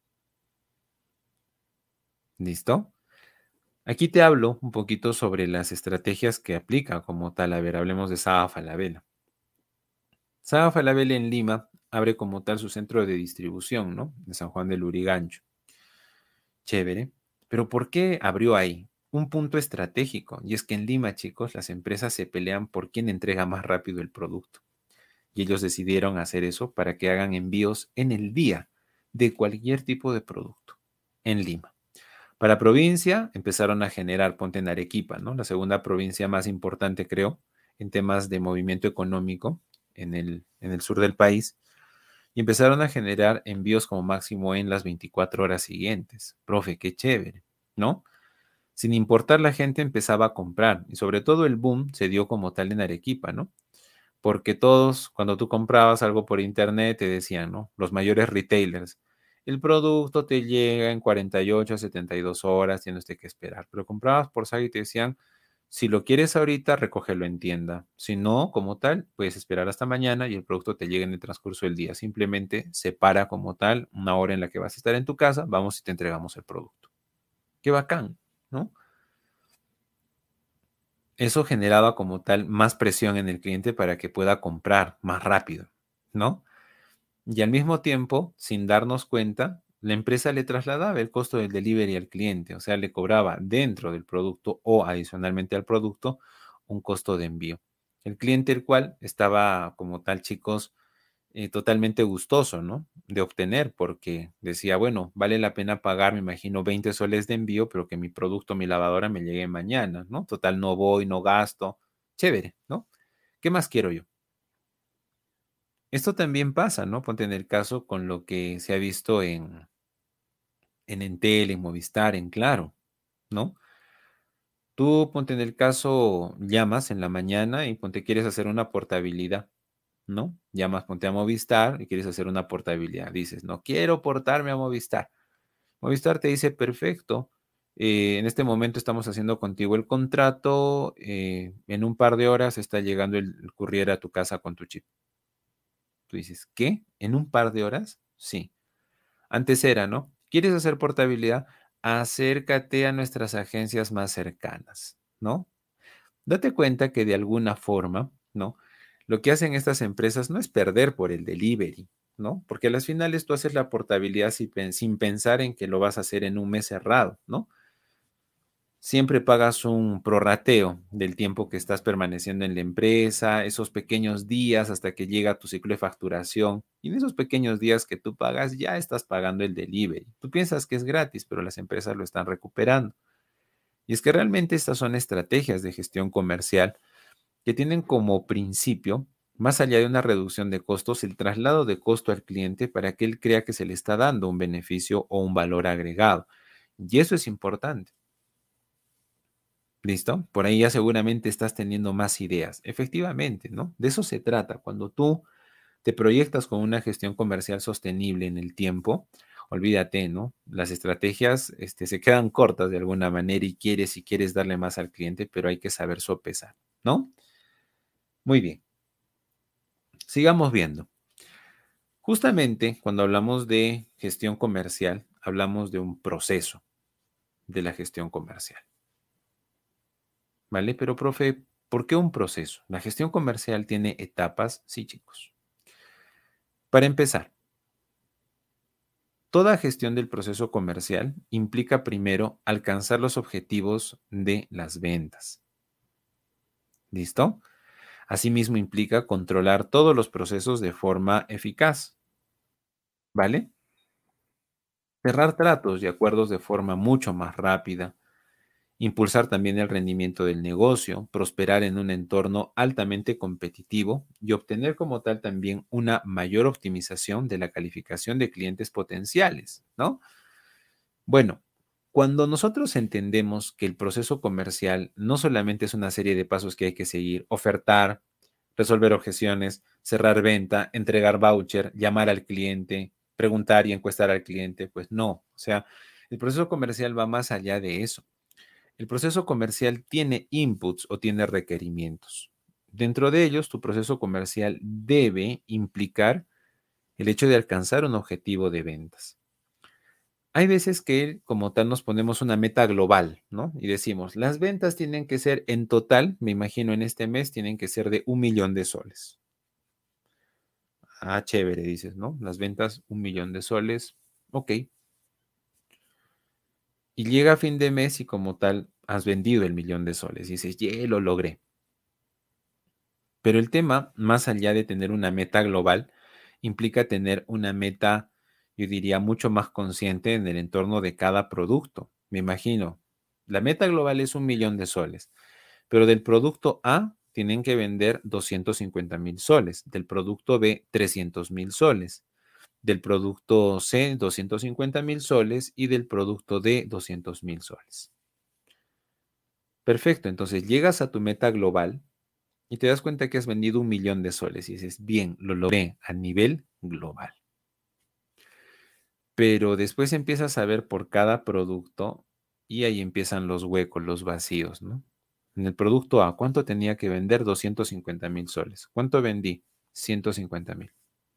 ¿Listo? Aquí te hablo un poquito sobre las estrategias que aplica como tal. A ver, hablemos de Saga Falabella. Saga Falabella en Lima abre como tal su centro de distribución, ¿no? De San Juan del Lurigancho. Chévere. Pero ¿por qué abrió ahí? Un punto estratégico. Y es que en Lima, chicos, las empresas se pelean por quién entrega más rápido el producto. Y ellos decidieron hacer eso para que hagan envíos en el día de cualquier tipo de producto en Lima. Para provincia empezaron a generar, ponte en Arequipa, ¿no? La segunda provincia más importante, creo, en temas de movimiento económico en el sur del país. Y empezaron a generar envíos como máximo en las 24 horas siguientes. Profe, qué chévere, ¿no? Sin importar, la gente empezaba a comprar y sobre todo el boom se dio como tal en Arequipa, ¿no? Porque todos, cuando tú comprabas algo por internet, te decían, ¿no? Los mayores retailers, el producto te llega en 48 a 72 horas, tienes que esperar. Pero comprabas por Saga y te decían, si lo quieres ahorita, recógelo en tienda. Si no, como tal, puedes esperar hasta mañana y el producto te llega en el transcurso del día. Simplemente separa como tal una hora en la que vas a estar en tu casa, vamos y te entregamos el producto. Qué bacán, ¿no? Eso generaba como tal más presión en el cliente para que pueda comprar más rápido, ¿no? Y al mismo tiempo, sin darnos cuenta, la empresa le trasladaba el costo del delivery al cliente, o sea, le cobraba dentro del producto o adicionalmente al producto un costo de envío. El cliente, el cual estaba como tal, chicos, totalmente gustoso, ¿no? De obtener, porque decía, bueno, vale la pena pagar, me imagino, 20 soles de envío, pero que mi producto, mi lavadora me llegue mañana, ¿no? Total, no voy, no gasto. Chévere, ¿no? ¿Qué más quiero yo? Esto también pasa, ¿no? Ponte en el caso con lo que se ha visto en Entel, en Movistar, en Claro, ¿no? Tú ponte en el caso, llamas en la mañana y ponte quieres hacer una portabilidad, ¿no? Llamas, ponte a Movistar y quieres hacer una portabilidad. Dices, no quiero portarme a Movistar. Movistar te dice, perfecto, en este momento estamos haciendo contigo el contrato, en un par de horas está llegando el courier a tu casa con tu chip. Tú dices, ¿qué? ¿En un par de horas? Sí. Antes era, ¿no? ¿Quieres hacer portabilidad? Acércate a nuestras agencias más cercanas, ¿no? Date cuenta que de alguna forma, ¿no? Lo que hacen estas empresas no es perder por el delivery, ¿no? Porque a las finales tú haces la portabilidad sin pensar en que lo vas a hacer en un mes cerrado, ¿no? Siempre pagas un prorrateo del tiempo que estás permaneciendo en la empresa, esos pequeños días hasta que llega tu ciclo de facturación. Y en esos pequeños días que tú pagas, ya estás pagando el delivery. Tú piensas que es gratis, pero las empresas lo están recuperando. Y es que realmente estas son estrategias de gestión comercial que tienen como principio, más allá de una reducción de costos, el traslado de costo al cliente para que él crea que se le está dando un beneficio o un valor agregado. Y eso es importante. ¿Listo? Por ahí ya seguramente estás teniendo más ideas. Efectivamente, ¿no? De eso se trata. Cuando tú te proyectas con una gestión comercial sostenible en el tiempo, olvídate, ¿no? Las estrategias, se quedan cortas de alguna manera y quieres darle más al cliente, pero hay que saber sopesar, ¿no? Muy bien. Sigamos viendo. Justamente cuando hablamos de gestión comercial, hablamos de un proceso de la gestión comercial, ¿vale? Pero, profe, ¿por qué un proceso? La gestión comercial tiene etapas, sí, chicos. Para empezar, toda gestión del proceso comercial implica primero alcanzar los objetivos de las ventas. ¿Listo? Asimismo implica controlar todos los procesos de forma eficaz, ¿vale? Cerrar tratos y acuerdos de forma mucho más rápida, impulsar también el rendimiento del negocio, prosperar en un entorno altamente competitivo y obtener como tal también una mayor optimización de la calificación de clientes potenciales, ¿no? Bueno, Cuando nosotros entendemos que el proceso comercial no solamente es una serie de pasos que hay que seguir, ofertar, resolver objeciones, cerrar venta, entregar voucher, llamar al cliente, preguntar y encuestar al cliente, pues no. O sea, el proceso comercial va más allá de eso. El proceso comercial tiene inputs o tiene requerimientos. Dentro de ellos, tu proceso comercial debe implicar el hecho de alcanzar un objetivo de ventas. Hay veces que como tal nos ponemos una meta global, ¿no? Y decimos, las ventas tienen que ser en total, me imagino en este mes, tienen que ser de 1 millón de soles. Ah, chévere, dices, ¿no? Las ventas, 1 millón de soles, ok. Y llega a fin de mes y como tal has vendido el 1 millón de soles y dices, ¡yeah, lo logré! Pero el tema, más allá de tener una meta global, implica tener una meta, yo diría, mucho más consciente en el entorno de cada producto. Me imagino, la meta global es 1 millón de soles, pero del producto A tienen que vender 250,000 soles, del producto B 300,000 soles, del producto C 250,000 soles y del producto D 200,000 soles. Perfecto, entonces llegas a tu meta global y te das cuenta que has vendido 1 millón de soles y dices, bien, lo logré a nivel global. Pero después empiezas a ver por cada producto y ahí empiezan los huecos, los vacíos, ¿no? En el producto A, ¿cuánto tenía que vender? 250,000 soles. ¿Cuánto vendí? 150,000.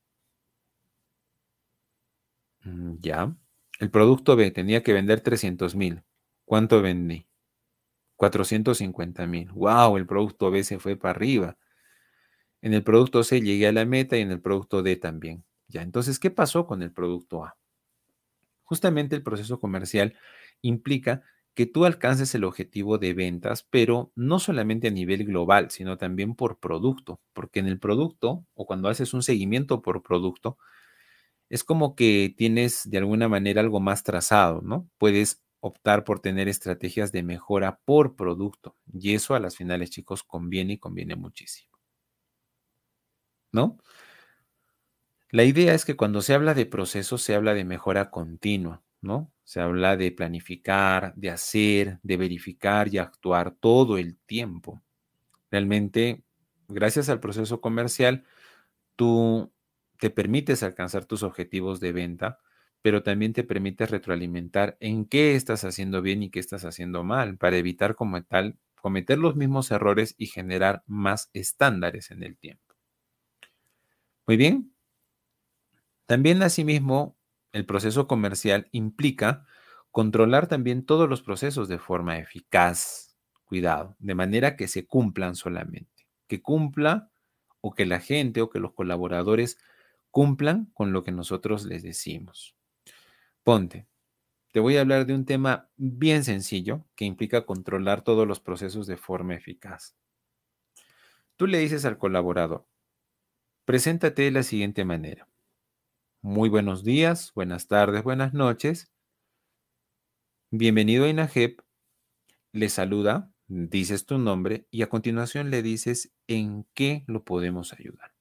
Ya. El producto B tenía que vender 300,000. ¿Cuánto vendí? 450,000. ¡Wow! El producto B se fue para arriba. En el producto C llegué a la meta y en el producto D también. Ya, entonces, ¿qué pasó con el producto A? Justamente el proceso comercial implica que tú alcances el objetivo de ventas, pero no solamente a nivel global, sino también por producto, porque en el producto o cuando haces un seguimiento por producto, es como que tienes de alguna manera algo más trazado, ¿no? Puedes optar por tener estrategias de mejora por producto y eso a las finales, chicos, conviene y conviene muchísimo, ¿no? La idea es que cuando se habla de procesos, se habla de mejora continua, ¿no? Se habla de planificar, de hacer, de verificar y actuar todo el tiempo. Realmente, gracias al proceso comercial, tú te permites alcanzar tus objetivos de venta, pero también te permites retroalimentar en qué estás haciendo bien y qué estás haciendo mal, para evitar como tal cometer los mismos errores y generar más estándares en el tiempo. Muy bien. También, asimismo, el proceso comercial implica controlar también todos los procesos de forma eficaz, cuidado, de manera que se cumplan solamente, que cumpla o que la gente o que los colaboradores cumplan con lo que nosotros les decimos. Ponte, te voy a hablar de un tema bien sencillo que implica controlar todos los procesos de forma eficaz. Tú le dices al colaborador, preséntate de la siguiente manera. Muy buenos días, buenas tardes, buenas noches. Bienvenido a INAGEP, le saluda, dices tu nombre y a continuación le dices en qué lo podemos ayudar.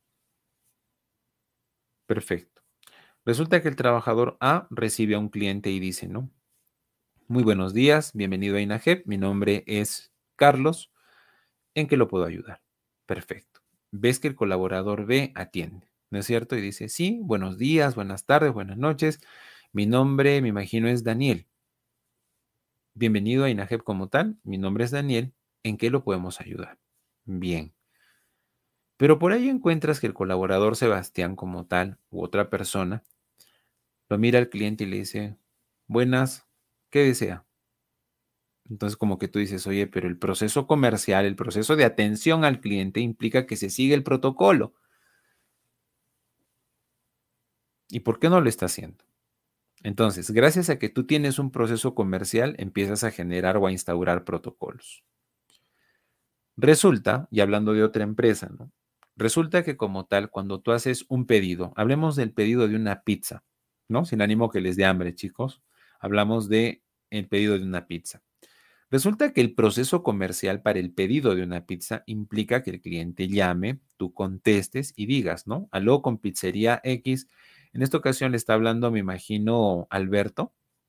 Perfecto. Resulta que el trabajador A recibe a un cliente y dice, ¿no? Muy buenos días, bienvenido a INAGEP, mi nombre es Carlos, ¿en qué lo puedo ayudar? Perfecto. Ves que el colaborador B atiende, ¿no es cierto? Y dice, sí, buenos días, buenas tardes, buenas noches, mi nombre, me imagino, es Daniel. Bienvenido a INAGEP como tal, mi nombre es Daniel, ¿en qué lo podemos ayudar? Bien. Pero por ahí encuentras que el colaborador Sebastián como tal u otra persona lo mira al cliente y le dice, buenas, ¿qué desea? Entonces como que tú dices, oye, pero el proceso comercial, el proceso de atención al cliente implica que se sigue el protocolo. ¿Y por qué no lo está haciendo? Entonces, gracias a que tú tienes un proceso comercial, empiezas a generar o a instaurar protocolos. Resulta, y hablando de otra empresa, ¿no? Resulta que como tal, cuando tú haces un pedido, hablemos del pedido de una pizza, ¿no? Sin ánimo que les dé hambre, chicos. Hablamos de el pedido de una pizza. Resulta que el proceso comercial para el pedido de una pizza implica que el cliente llame, tú contestes y digas, ¿no? Aló, con pizzería X. En esta ocasión le está hablando, me imagino, Alberto.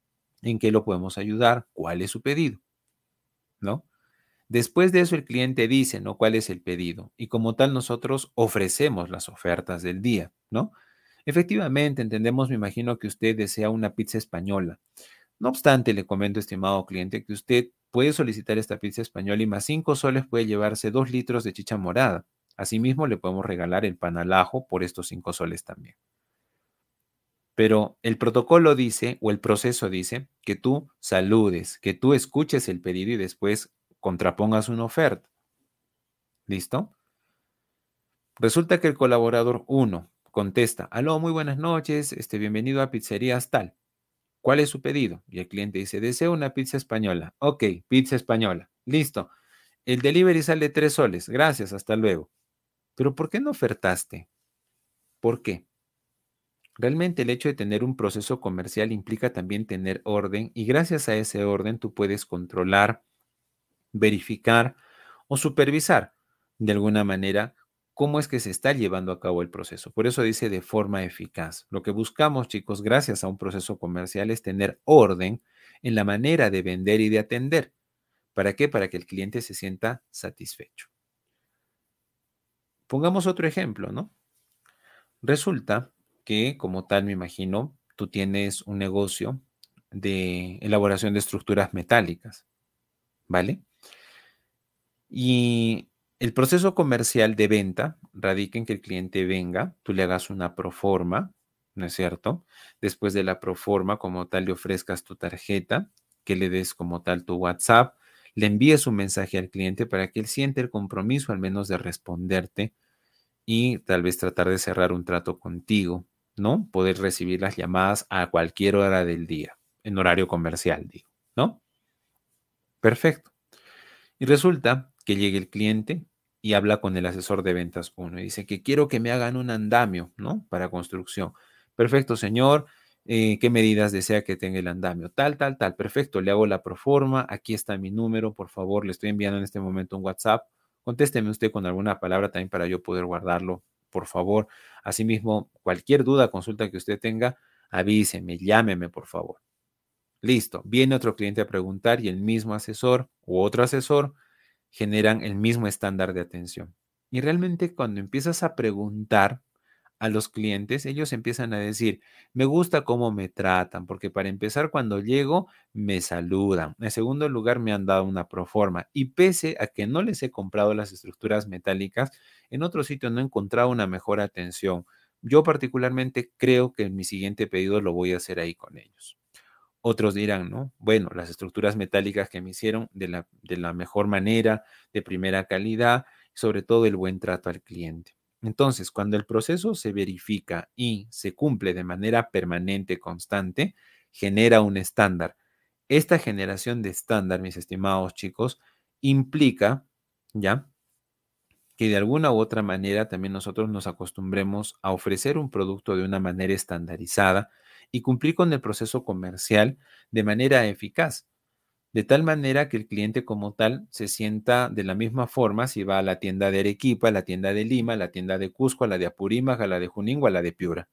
¿En qué lo podemos ayudar? ¿Cuál es su pedido? ¿No? Después de eso, el cliente dice, ¿no? ¿Cuál es el pedido? Y como tal, nosotros ofrecemos las ofertas del día, ¿no? Efectivamente, entendemos, me imagino que usted desea una pizza española. No obstante, le comento, estimado cliente, que usted puede solicitar esta pizza española y más 5 soles puede llevarse 2 litros de chicha morada. Asimismo, le podemos regalar el pan al ajo por estos 5 soles también. Pero el protocolo dice, o el proceso dice, que tú saludes, que tú escuches el pedido y después contrapongas una oferta. ¿Listo? Resulta que el colaborador uno contesta, aló, muy buenas noches, bienvenido a Pizzerías tal. ¿Cuál es su pedido? Y el cliente dice, deseo una pizza española. Ok, pizza española. Listo. El delivery sale 3 soles. Gracias, hasta luego. Pero ¿por qué no ofertaste? ¿Por qué? Realmente el hecho de tener un proceso comercial implica también tener orden y gracias a ese orden tú puedes controlar, verificar o supervisar de alguna manera cómo es que se está llevando a cabo el proceso. Por eso dice de forma eficaz. Lo que buscamos, chicos, gracias a un proceso comercial es tener orden en la manera de vender y de atender. ¿Para qué? Para que el cliente se sienta satisfecho. Pongamos otro ejemplo, ¿no? Resulta que, como tal, me imagino, tú tienes un negocio de elaboración de estructuras metálicas, ¿vale? Y el proceso comercial de venta radica en que el cliente venga, tú le hagas una proforma, ¿no es cierto? Después de la proforma, como tal, le ofrezcas tu tarjeta, que le des como tal tu WhatsApp, le envíes un mensaje al cliente para que él siente el compromiso al menos de responderte y tal vez tratar de cerrar un trato contigo, ¿no? Poder recibir las llamadas a cualquier hora del día, en horario comercial, digo, ¿no? Perfecto. Y resulta que llega el cliente y habla con el asesor de ventas uno y dice que quiero que me hagan un andamio, ¿no? Para construcción. Perfecto, señor. ¿Qué medidas desea que tenga el andamio? Tal, tal, tal. Perfecto, le hago la proforma. Aquí está mi número, por favor. Le estoy enviando en este momento un WhatsApp. Contésteme usted con alguna palabra también para yo poder guardarlo, por favor. Asimismo, cualquier duda, consulta que usted tenga, avíseme, llámeme, por favor. Listo. Viene otro cliente a preguntar y el mismo asesor u otro asesor generan el mismo estándar de atención. Y realmente cuando empiezas a preguntar a los clientes, ellos empiezan a decir, me gusta cómo me tratan, porque para empezar, cuando llego, me saludan. En segundo lugar, me han dado una proforma. Y pese a que no les he comprado las estructuras metálicas, en otro sitio no he encontrado una mejor atención. Yo particularmente creo que en mi siguiente pedido lo voy a hacer ahí con ellos. Otros dirán, ¿no? Bueno, las estructuras metálicas que me hicieron de la mejor manera, de primera calidad, sobre todo el buen trato al cliente. Entonces, cuando el proceso se verifica y se cumple de manera permanente, constante, genera un estándar. Esta generación de estándar, mis estimados chicos, implica, ¿ya? Que de alguna u otra manera también nosotros nos acostumbremos a ofrecer un producto de una manera estandarizada y cumplir con el proceso comercial de manera eficaz, de tal manera que el cliente como tal se sienta de la misma forma si va a la tienda de Arequipa, a la tienda de Lima, a la tienda de Cusco, a la de Apurímac, a la de Junín o a la de Piura.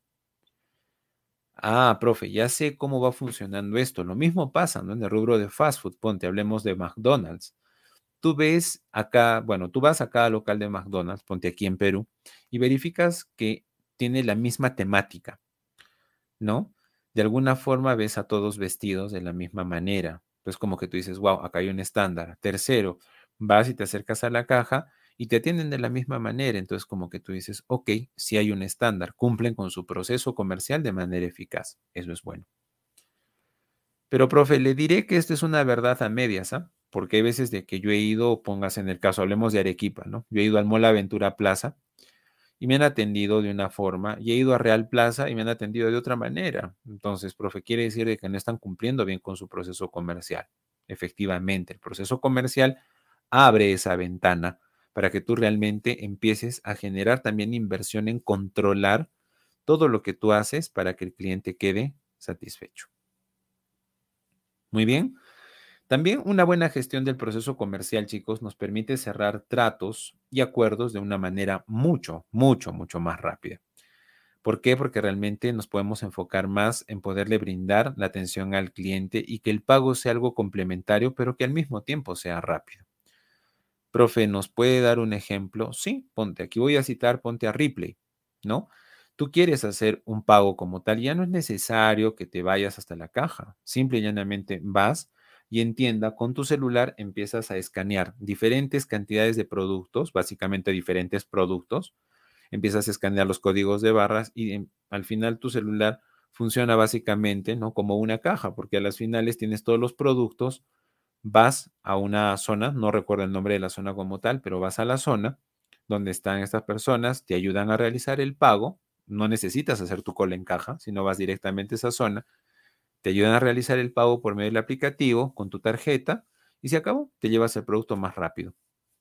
Ah, profe, ya sé cómo va funcionando esto. Lo mismo pasa, ¿no? En el rubro de fast food, ponte, hablemos de McDonald's. Tú ves acá, bueno, tú vas a cada local de McDonald's, ponte aquí en Perú, y verificas que tiene la misma temática, ¿no? De alguna forma ves a todos vestidos de la misma manera. Entonces como que tú dices, wow, acá hay un estándar. Tercero, vas y te acercas a la caja y te atienden de la misma manera. Entonces como que tú dices, ok, sí hay un estándar, cumplen con su proceso comercial de manera eficaz. Eso es bueno. Pero, profe, le diré que esto es una verdad a medias, ¿ah? Porque hay veces de que yo he ido, pongas en el caso, hablemos de Arequipa, ¿no? Yo he ido al Mall Aventura Plaza y me han atendido de una forma, y he ido a Real Plaza y me han atendido de otra manera. Entonces, profe, quiere decir de que no están cumpliendo bien con su proceso comercial. Efectivamente, el proceso comercial abre esa ventana para que tú realmente empieces a generar también inversión en controlar todo lo que tú haces para que el cliente quede satisfecho. Muy bien. También una buena gestión del proceso comercial, chicos, nos permite cerrar tratos y acuerdos de una manera mucho, mucho, mucho más rápida. ¿Por qué? Porque realmente nos podemos enfocar más en poderle brindar la atención al cliente y que el pago sea algo complementario, pero que al mismo tiempo sea rápido. Profe, ¿nos puede dar un ejemplo? Sí, ponte, aquí voy a citar, ponte a Ripley, ¿no? Tú quieres hacer un pago como tal, ya no es necesario que te vayas hasta la caja. Simple y llanamente vas y en tienda con tu celular empiezas a escanear diferentes cantidades de productos, básicamente diferentes productos. Empiezas a escanear los códigos de barras y al final tu celular funciona básicamente, ¿no? Como una caja, porque a las finales tienes todos los productos, vas a una zona, no recuerdo el nombre de la zona como tal, pero vas a la zona donde están estas personas, te ayudan a realizar el pago, no necesitas hacer tu cola en caja, sino vas directamente a esa zona, te ayudan a realizar el pago por medio del aplicativo con tu tarjeta y se acabó, te llevas el producto más rápido.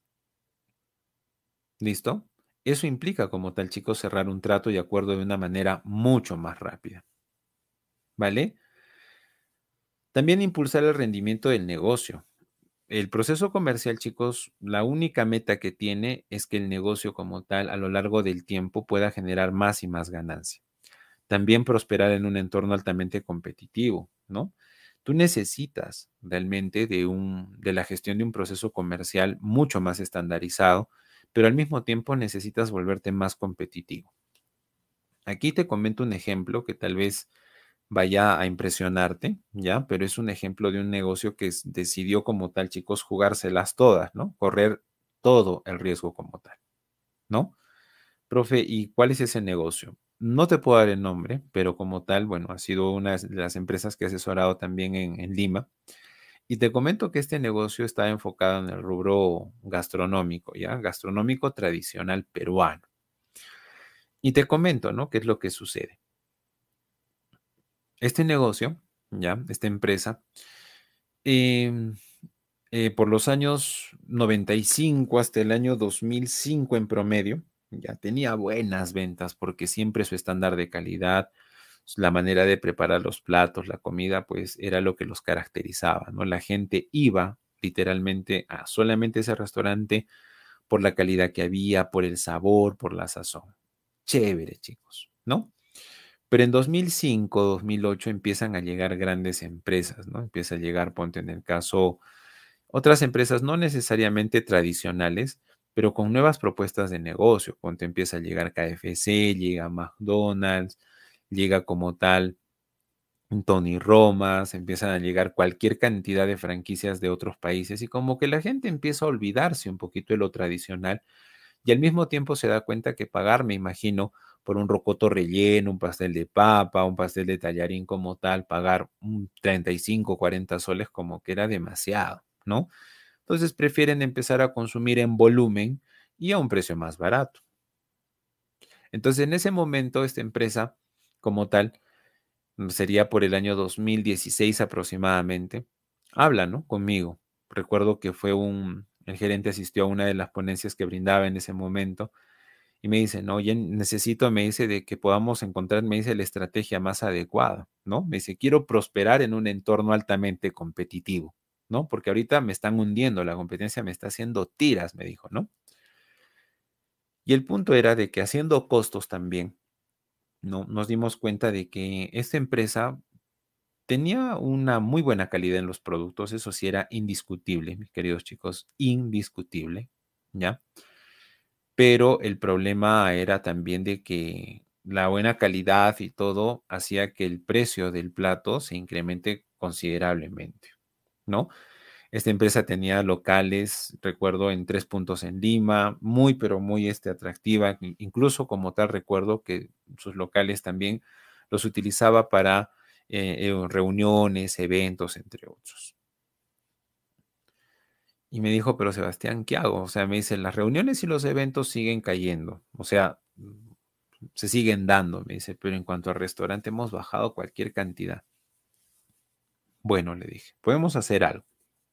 ¿Listo? Eso implica como tal, chicos, cerrar un trato y acuerdo de una manera mucho más rápida. ¿Vale? También impulsar el rendimiento del negocio. El proceso comercial, chicos, la única meta que tiene es que el negocio como tal a lo largo del tiempo pueda generar más y más ganancia. También prosperar en un entorno altamente competitivo, ¿no? Tú necesitas realmente de la gestión de un proceso comercial mucho más estandarizado, pero al mismo tiempo necesitas volverte más competitivo. Aquí te comento un ejemplo que tal vez vaya a impresionarte, ¿ya? Pero es un ejemplo de un negocio que decidió como tal, chicos, jugárselas todas, ¿no? Correr todo el riesgo como tal, ¿no? Profe, ¿y cuál es ese negocio? No te puedo dar el nombre, pero como tal, bueno, ha sido una de las empresas que he asesorado también en Lima. Y te comento que este negocio está enfocado en el rubro gastronómico, ¿ya? Gastronómico tradicional peruano. Y te comento, ¿no? ¿Qué es lo que sucede? Este negocio, ¿ya? Esta empresa, em, por los años 95 hasta el año 2005 en promedio, ya tenía buenas ventas porque siempre su estándar de calidad, la manera de preparar los platos, la comida, pues era lo que los caracterizaba, ¿no? La gente iba literalmente a solamente ese restaurante por la calidad que había, por el sabor, por la sazón. Chévere, chicos, ¿no? Pero en 2005, 2008 empiezan a llegar grandes empresas, ¿no? Empieza a llegar, ponte en el caso, otras empresas no necesariamente tradicionales, pero con nuevas propuestas de negocio. Ponte empieza a llegar KFC, llega McDonald's, llega como tal Tony Romas, empiezan a llegar cualquier cantidad de franquicias de otros países y como que la gente empieza a olvidarse un poquito de lo tradicional y al mismo tiempo se da cuenta que pagar, me imagino, por un rocoto relleno, un pastel de papa, un pastel de tallarín como tal, pagar un 35, 40 soles como que era demasiado, ¿no? Entonces prefieren empezar a consumir en volumen y a un precio más barato. Entonces en ese momento esta empresa como tal, sería por el año 2016 aproximadamente, habla, ¿no? Conmigo. Recuerdo que el gerente asistió a una de las ponencias que brindaba en ese momento y me dice, no, ya necesito, me dice, de que podamos encontrar, me dice, la estrategia más adecuada, ¿no? Me dice, quiero prosperar en un entorno altamente competitivo, ¿no? Porque ahorita me están hundiendo, la competencia me está haciendo tiras, me dijo, ¿no? Y el punto era de que haciendo costos también, ¿no? Nos dimos cuenta de que esta empresa tenía una muy buena calidad en los productos, eso sí era indiscutible, mis queridos chicos, indiscutible, ¿ya? Pero el problema era también de que la buena calidad y todo hacía que el precio del plato se incremente considerablemente, ¿no? Esta empresa tenía locales, recuerdo, en 3 puntos en Lima, muy, pero muy atractiva. Incluso como tal, recuerdo que sus locales también los utilizaba para reuniones, eventos, entre otros. Y me dijo, pero Sebastián, ¿qué hago? O sea, me dice, las reuniones y los eventos siguen cayendo. O sea, se siguen dando, me dice, pero en cuanto al restaurante hemos bajado cualquier cantidad. Bueno, le dije, podemos hacer algo.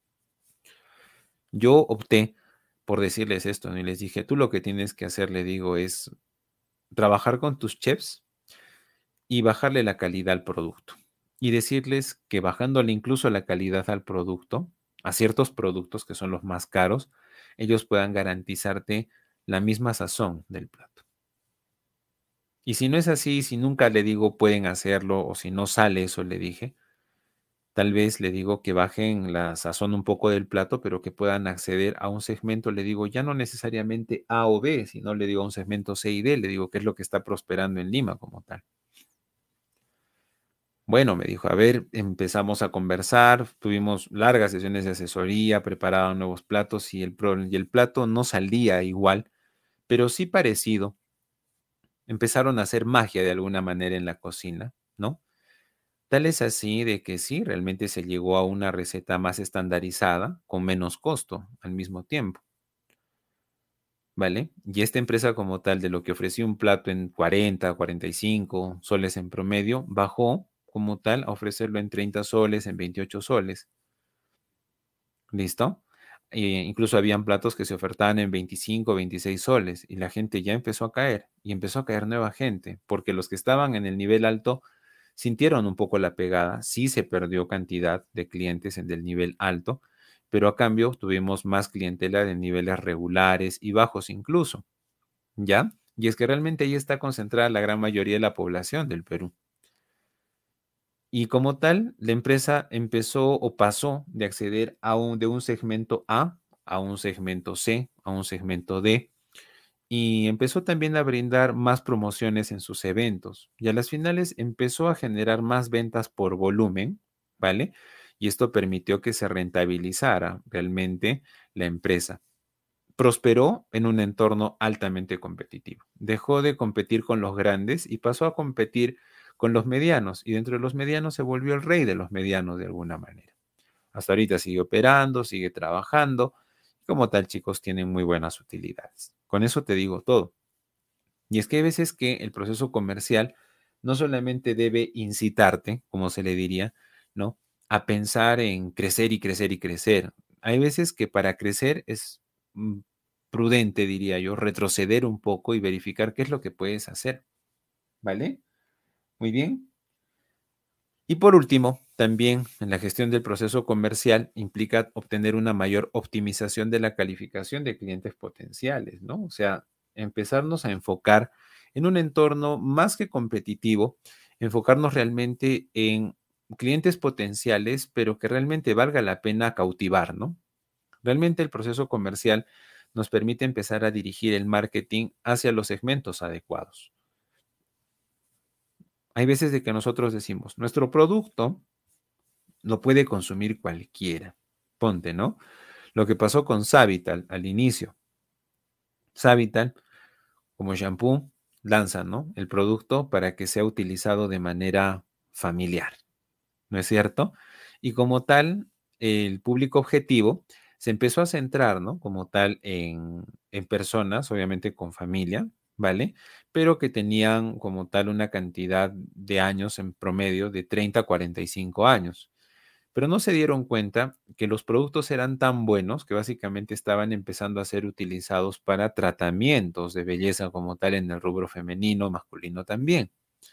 Yo opté por decirles esto, ¿no? Y les dije, tú lo que tienes que hacer, le digo, es trabajar con tus chefs y bajarle la calidad al producto. Y decirles que bajándole incluso la calidad al producto, a ciertos productos que son los más caros, ellos puedan garantizarte la misma sazón del plato. Y si no es así, si nunca le digo pueden hacerlo o si no sale eso, le dije, tal vez le digo que bajen la sazón un poco del plato, pero que puedan acceder a un segmento, le digo ya no necesariamente A o B, sino le digo a un segmento C y D, le digo qué es lo que está prosperando en Lima como tal. Bueno, me dijo, a ver, empezamos a conversar, tuvimos largas sesiones de asesoría, preparaban nuevos platos y el plato no salía igual, pero sí parecido. Empezaron a hacer magia de alguna manera en la cocina, ¿no? Tal es así de que sí, realmente se llegó a una receta más estandarizada, con menos costo al mismo tiempo, ¿vale? Y esta empresa como tal, de lo que ofrecía un plato en 40, 45 soles en promedio, bajó como tal a ofrecerlo en 30 soles, en 28 soles. ¿Listo? Incluso habían platos que se ofertaban en 25, 26 soles y la gente ya empezó a caer y empezó a caer nueva gente, porque los que estaban en el nivel alto sintieron un poco la pegada, sí se perdió cantidad de clientes en del nivel alto, pero a cambio tuvimos más clientela de niveles regulares y bajos incluso, ¿ya? Y es que realmente ahí está concentrada la gran mayoría de la población del Perú. Y como tal, la empresa empezó o pasó de acceder de un segmento A un segmento C, a un segmento D, y empezó también a brindar más promociones en sus eventos. Y a las finales empezó a generar más ventas por volumen, ¿vale? Y esto permitió que se rentabilizara realmente la empresa. Prosperó en un entorno altamente competitivo. Dejó de competir con los grandes y pasó a competir con los medianos. Y dentro de los medianos se volvió el rey de los medianos de alguna manera. Hasta ahorita sigue operando, sigue trabajando. Como tal, chicos, tienen muy buenas utilidades. Con eso te digo todo. Y es que hay veces que el proceso comercial no solamente debe incitarte, como se le diría, ¿no? A pensar en crecer y crecer y crecer. Hay veces que para crecer es prudente, diría yo, retroceder un poco y verificar qué es lo que puedes hacer. ¿Vale? Muy bien. Y por último, también en la gestión del proceso comercial implica obtener una mayor optimización de la calificación de clientes potenciales, ¿no? O sea, empezarnos a enfocar en un entorno más que competitivo, enfocarnos realmente en clientes potenciales, pero que realmente valga la pena cautivar, ¿no? Realmente el proceso comercial nos permite empezar a dirigir el marketing hacia los segmentos adecuados. Hay veces de que nosotros decimos, nuestro producto lo puede consumir cualquiera. Ponte, ¿no? Lo que pasó con Savital al inicio. Savital, como shampoo, lanza, ¿no? El producto para que sea utilizado de manera familiar, ¿no es cierto? Y como tal, el público objetivo se empezó a centrar, ¿no? Como tal, en personas, obviamente con familia, ¿vale? Pero que tenían como tal una cantidad de años en promedio de 30 a 45 años. Pero no se dieron cuenta que los productos eran tan buenos que básicamente estaban empezando a ser utilizados para tratamientos de belleza como tal en el rubro femenino, masculino también.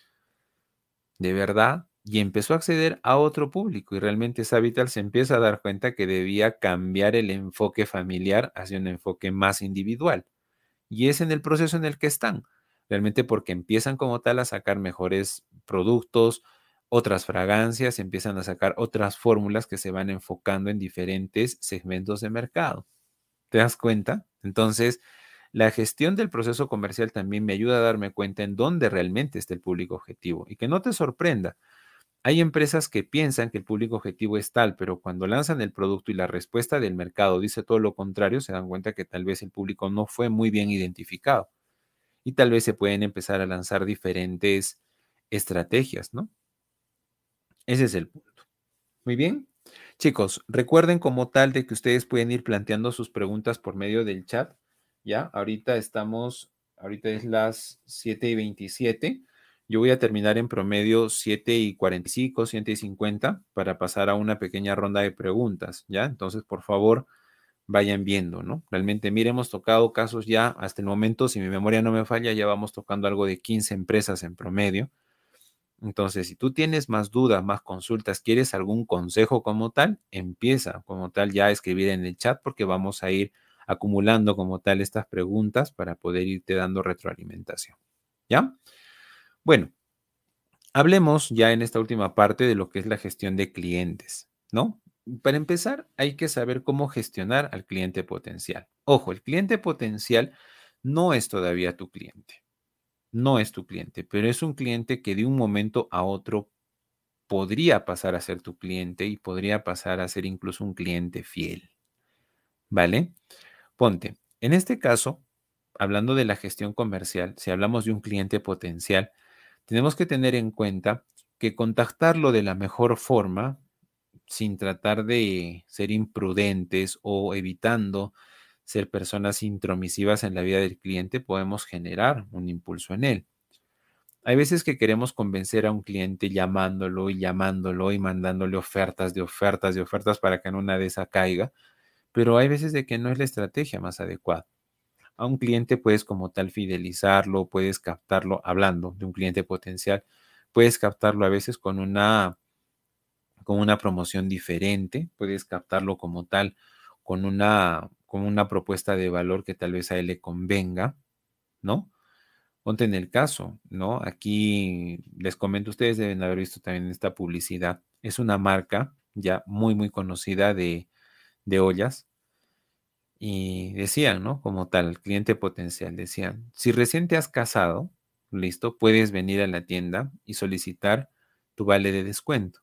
De verdad, y empezó a acceder a otro público y realmente Savital se empieza a dar cuenta que debía cambiar el enfoque familiar hacia un enfoque más individual. Y es en el proceso en el que están, realmente porque empiezan como tal a sacar mejores productos, otras fragancias, empiezan a sacar otras fórmulas que se van enfocando en diferentes segmentos de mercado. ¿Te das cuenta? Entonces, la gestión del proceso comercial también me ayuda a darme cuenta en dónde realmente está el público objetivo y que no te sorprenda. Hay empresas que piensan que el público objetivo es tal, pero cuando lanzan el producto y la respuesta del mercado dice todo lo contrario, se dan cuenta que tal vez el público no fue muy bien identificado y tal vez se pueden empezar a lanzar diferentes estrategias, ¿no? Ese es el punto. Muy bien. Chicos, recuerden como tal de que ustedes pueden ir planteando sus preguntas por medio del chat, ¿ya? Ahorita es las 7:27. Yo voy a terminar en promedio 7:45, 7:50 para pasar a una pequeña ronda de preguntas, ¿ya? Entonces, por favor, vayan viendo, ¿no? Realmente, mire, hemos tocado casos ya hasta el momento, si mi memoria no me falla, ya vamos tocando algo de 15 empresas en promedio. Entonces, si tú tienes más dudas, más consultas, quieres algún consejo como tal, empieza como tal ya a escribir en el chat porque vamos a ir acumulando como tal estas preguntas para poder irte dando retroalimentación. ¿Ya? Bueno, hablemos ya en esta última parte de lo que es la gestión de clientes, ¿no? Para empezar, hay que saber cómo gestionar al cliente potencial. Ojo, el cliente potencial no es todavía tu cliente, no es tu cliente, pero es un cliente que de un momento a otro podría pasar a ser tu cliente y podría pasar a ser incluso un cliente fiel, ¿vale? Ponte, en este caso, hablando de la gestión comercial, si hablamos de un cliente potencial, tenemos que tener en cuenta que contactarlo de la mejor forma, sin tratar de ser imprudentes o evitando ser personas intromisivas en la vida del cliente, podemos generar un impulso en él. Hay veces que queremos convencer a un cliente llamándolo y mandándole ofertas de ofertas de ofertas para que en una de esas caiga, pero hay veces de que no es la estrategia más adecuada. A un cliente puedes como tal fidelizarlo, puedes captarlo, hablando de un cliente potencial, puedes captarlo a veces con una promoción diferente, puedes captarlo como tal con una propuesta de valor que tal vez a él le convenga, ¿no? Ponte en el caso, ¿no? Aquí les comento, ustedes deben haber visto también esta publicidad. Es una marca ya muy, muy conocida de ollas y decían, ¿no? Como tal, cliente potencial, decían, si recién te has casado, listo, puedes venir a la tienda y solicitar tu vale de descuento.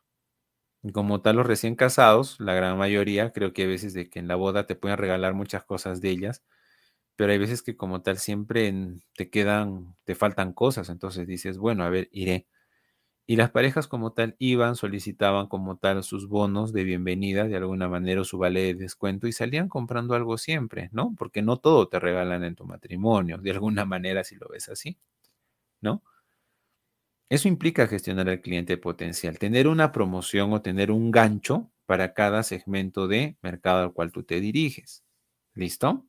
Y como tal, los recién casados, la gran mayoría, creo que hay veces de que en la boda te pueden regalar muchas cosas de ellas, pero hay veces que como tal siempre te faltan cosas, entonces dices, bueno, a ver, iré. Y las parejas como tal iban, solicitaban como tal sus bonos de bienvenida de alguna manera o su vale de descuento y salían comprando algo siempre, ¿no? Porque no todo te regalan en tu matrimonio, de alguna manera si lo ves así, ¿no? Eso implica gestionar al cliente potencial, tener una promoción o tener un gancho para cada segmento de mercado al cual tú te diriges. ¿Listo?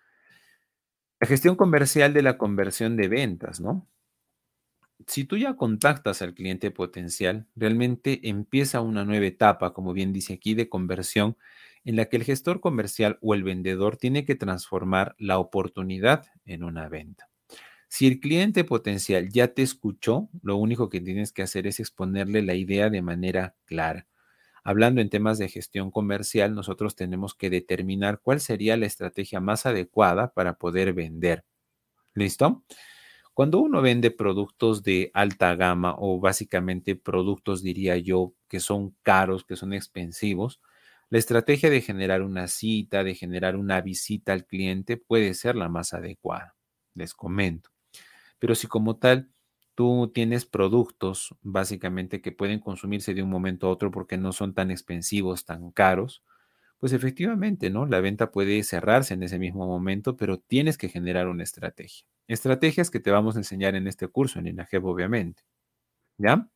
La gestión comercial de la conversión de ventas, ¿no? Si tú ya contactas al cliente potencial, realmente empieza una nueva etapa, como bien dice aquí, de conversión, en la que el gestor comercial o el vendedor tiene que transformar la oportunidad en una venta. Si el cliente potencial ya te escuchó, lo único que tienes que hacer es exponerle la idea de manera clara. Hablando en temas de gestión comercial, nosotros tenemos que determinar cuál sería la estrategia más adecuada para poder vender. ¿Listo? Cuando uno vende productos de alta gama o básicamente productos, diría yo, que son caros, que son expensivos, la estrategia de generar una cita, de generar una visita al cliente puede ser la más adecuada. Les comento. Pero si como tal tú tienes productos básicamente que pueden consumirse de un momento a otro porque no son tan expensivos, tan caros, pues efectivamente, ¿no? La venta puede cerrarse en ese mismo momento, pero tienes que generar una estrategia. Estrategias que te vamos a enseñar en este curso, en INAGEP, obviamente. ¿Ya?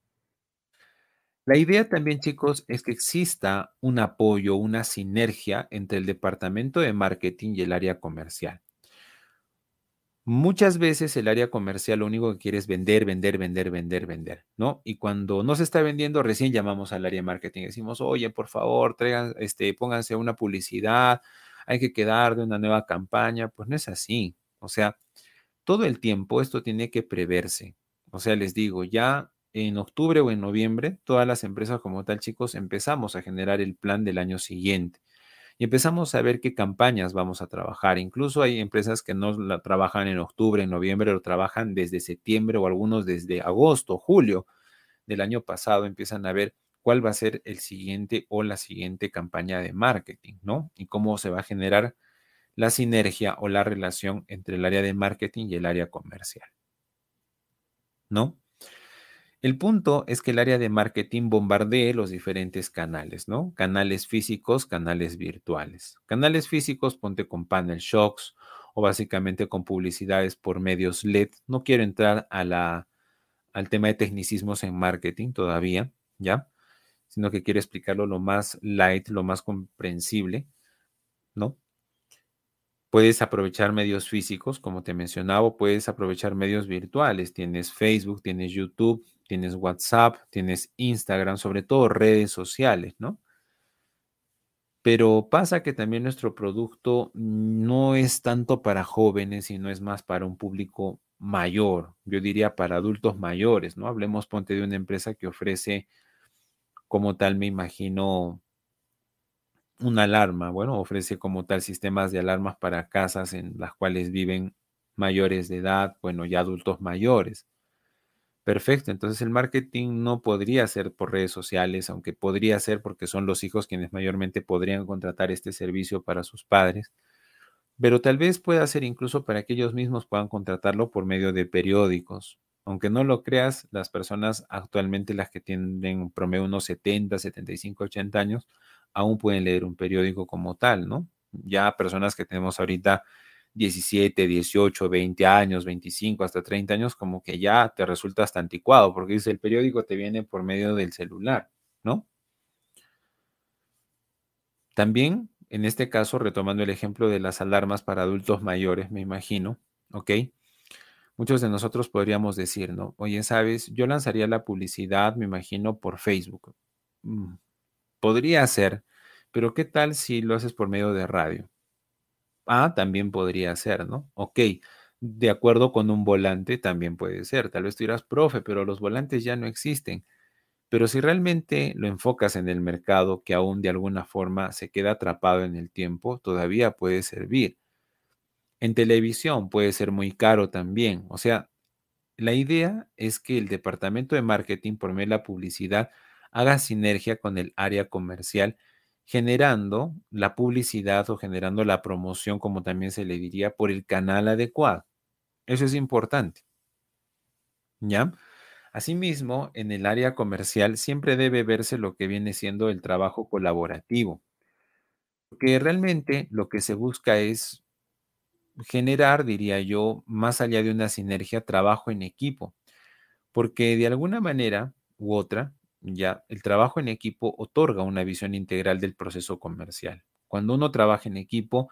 La idea también, chicos, es que exista un apoyo, una sinergia entre el departamento de marketing y el área comercial. Muchas veces el área comercial lo único que quiere es vender, vender, vender, vender, vender, ¿no? Y cuando no se está vendiendo, recién llamamos al área de marketing y decimos, oye, por favor, traigan, pónganse una publicidad, hay que quedar de una nueva campaña. Pues no es así. O sea, todo el tiempo esto tiene que preverse. O sea, les digo, ya en octubre o en noviembre, todas las empresas como tal, chicos, empezamos a generar el plan del año siguiente y empezamos a ver qué campañas vamos a trabajar. Incluso hay empresas que no la trabajan en octubre, en noviembre, lo trabajan desde septiembre o algunos desde agosto, julio del año pasado, empiezan a ver cuál va a ser el siguiente o la siguiente campaña de marketing, ¿no? Y cómo se va a generar la sinergia o la relación entre el área de marketing y el área comercial, ¿no? El punto es que el área de marketing bombardee los diferentes canales, ¿no? Canales físicos, canales virtuales. Canales físicos, ponte con panel shocks o básicamente con publicidades por medios LED. No quiero entrar al tema de tecnicismos en marketing todavía, ¿ya? Sino que quiero explicarlo lo más light, lo más comprensible, ¿no? Puedes aprovechar medios físicos, como te mencionaba, o puedes aprovechar medios virtuales. Tienes Facebook, tienes YouTube, tienes WhatsApp, tienes Instagram, sobre todo redes sociales, ¿no? Pero pasa que también nuestro producto no es tanto para jóvenes, sino es más para un público mayor, yo diría para adultos mayores, ¿no? Hablemos, ponte de una empresa que ofrece como tal, me imagino, una alarma, bueno, ofrece como tal sistemas de alarmas para casas en las cuales viven mayores de edad, bueno, ya adultos mayores. Perfecto, entonces el marketing no podría ser por redes sociales, aunque podría ser porque son los hijos quienes mayormente podrían contratar este servicio para sus padres, pero tal vez pueda ser incluso para que ellos mismos puedan contratarlo por medio de periódicos. Aunque no lo creas, las personas actualmente, las que tienen promedio unos 70, 75, 80 años, aún pueden leer un periódico como tal, ¿no? Ya personas que tenemos ahorita 17, 18, 20 años, 25, hasta 30 años, como que ya te resulta hasta anticuado, porque dice el periódico te viene por medio del celular, ¿no? También, en este caso, retomando el ejemplo de las alarmas para adultos mayores, me imagino, ¿ok? Muchos de nosotros podríamos decir, ¿no? Oye, ¿sabes? Yo lanzaría la publicidad, me imagino, por Facebook. Mm, podría ser, pero ¿qué tal si lo haces por medio de radio? Ah, también podría ser, ¿no? Ok, de acuerdo con un volante también puede ser. Tal vez tú dirás, profe, pero los volantes ya no existen. Pero si realmente lo enfocas en el mercado que aún de alguna forma se queda atrapado en el tiempo, todavía puede servir. En televisión puede ser muy caro también. O sea, la idea es que el departamento de marketing, por medio de la publicidad, haga sinergia con el área comercial, generando la publicidad o generando la promoción, como también se le diría, por el canal adecuado. Eso es importante, ¿ya? Asimismo, en el área comercial siempre debe verse lo que viene siendo el trabajo colaborativo, porque realmente lo que se busca es generar, diría yo, más allá de una sinergia, trabajo en equipo, porque de alguna manera u otra, ya el trabajo en equipo otorga una visión integral del proceso comercial. Cuando uno trabaja en equipo,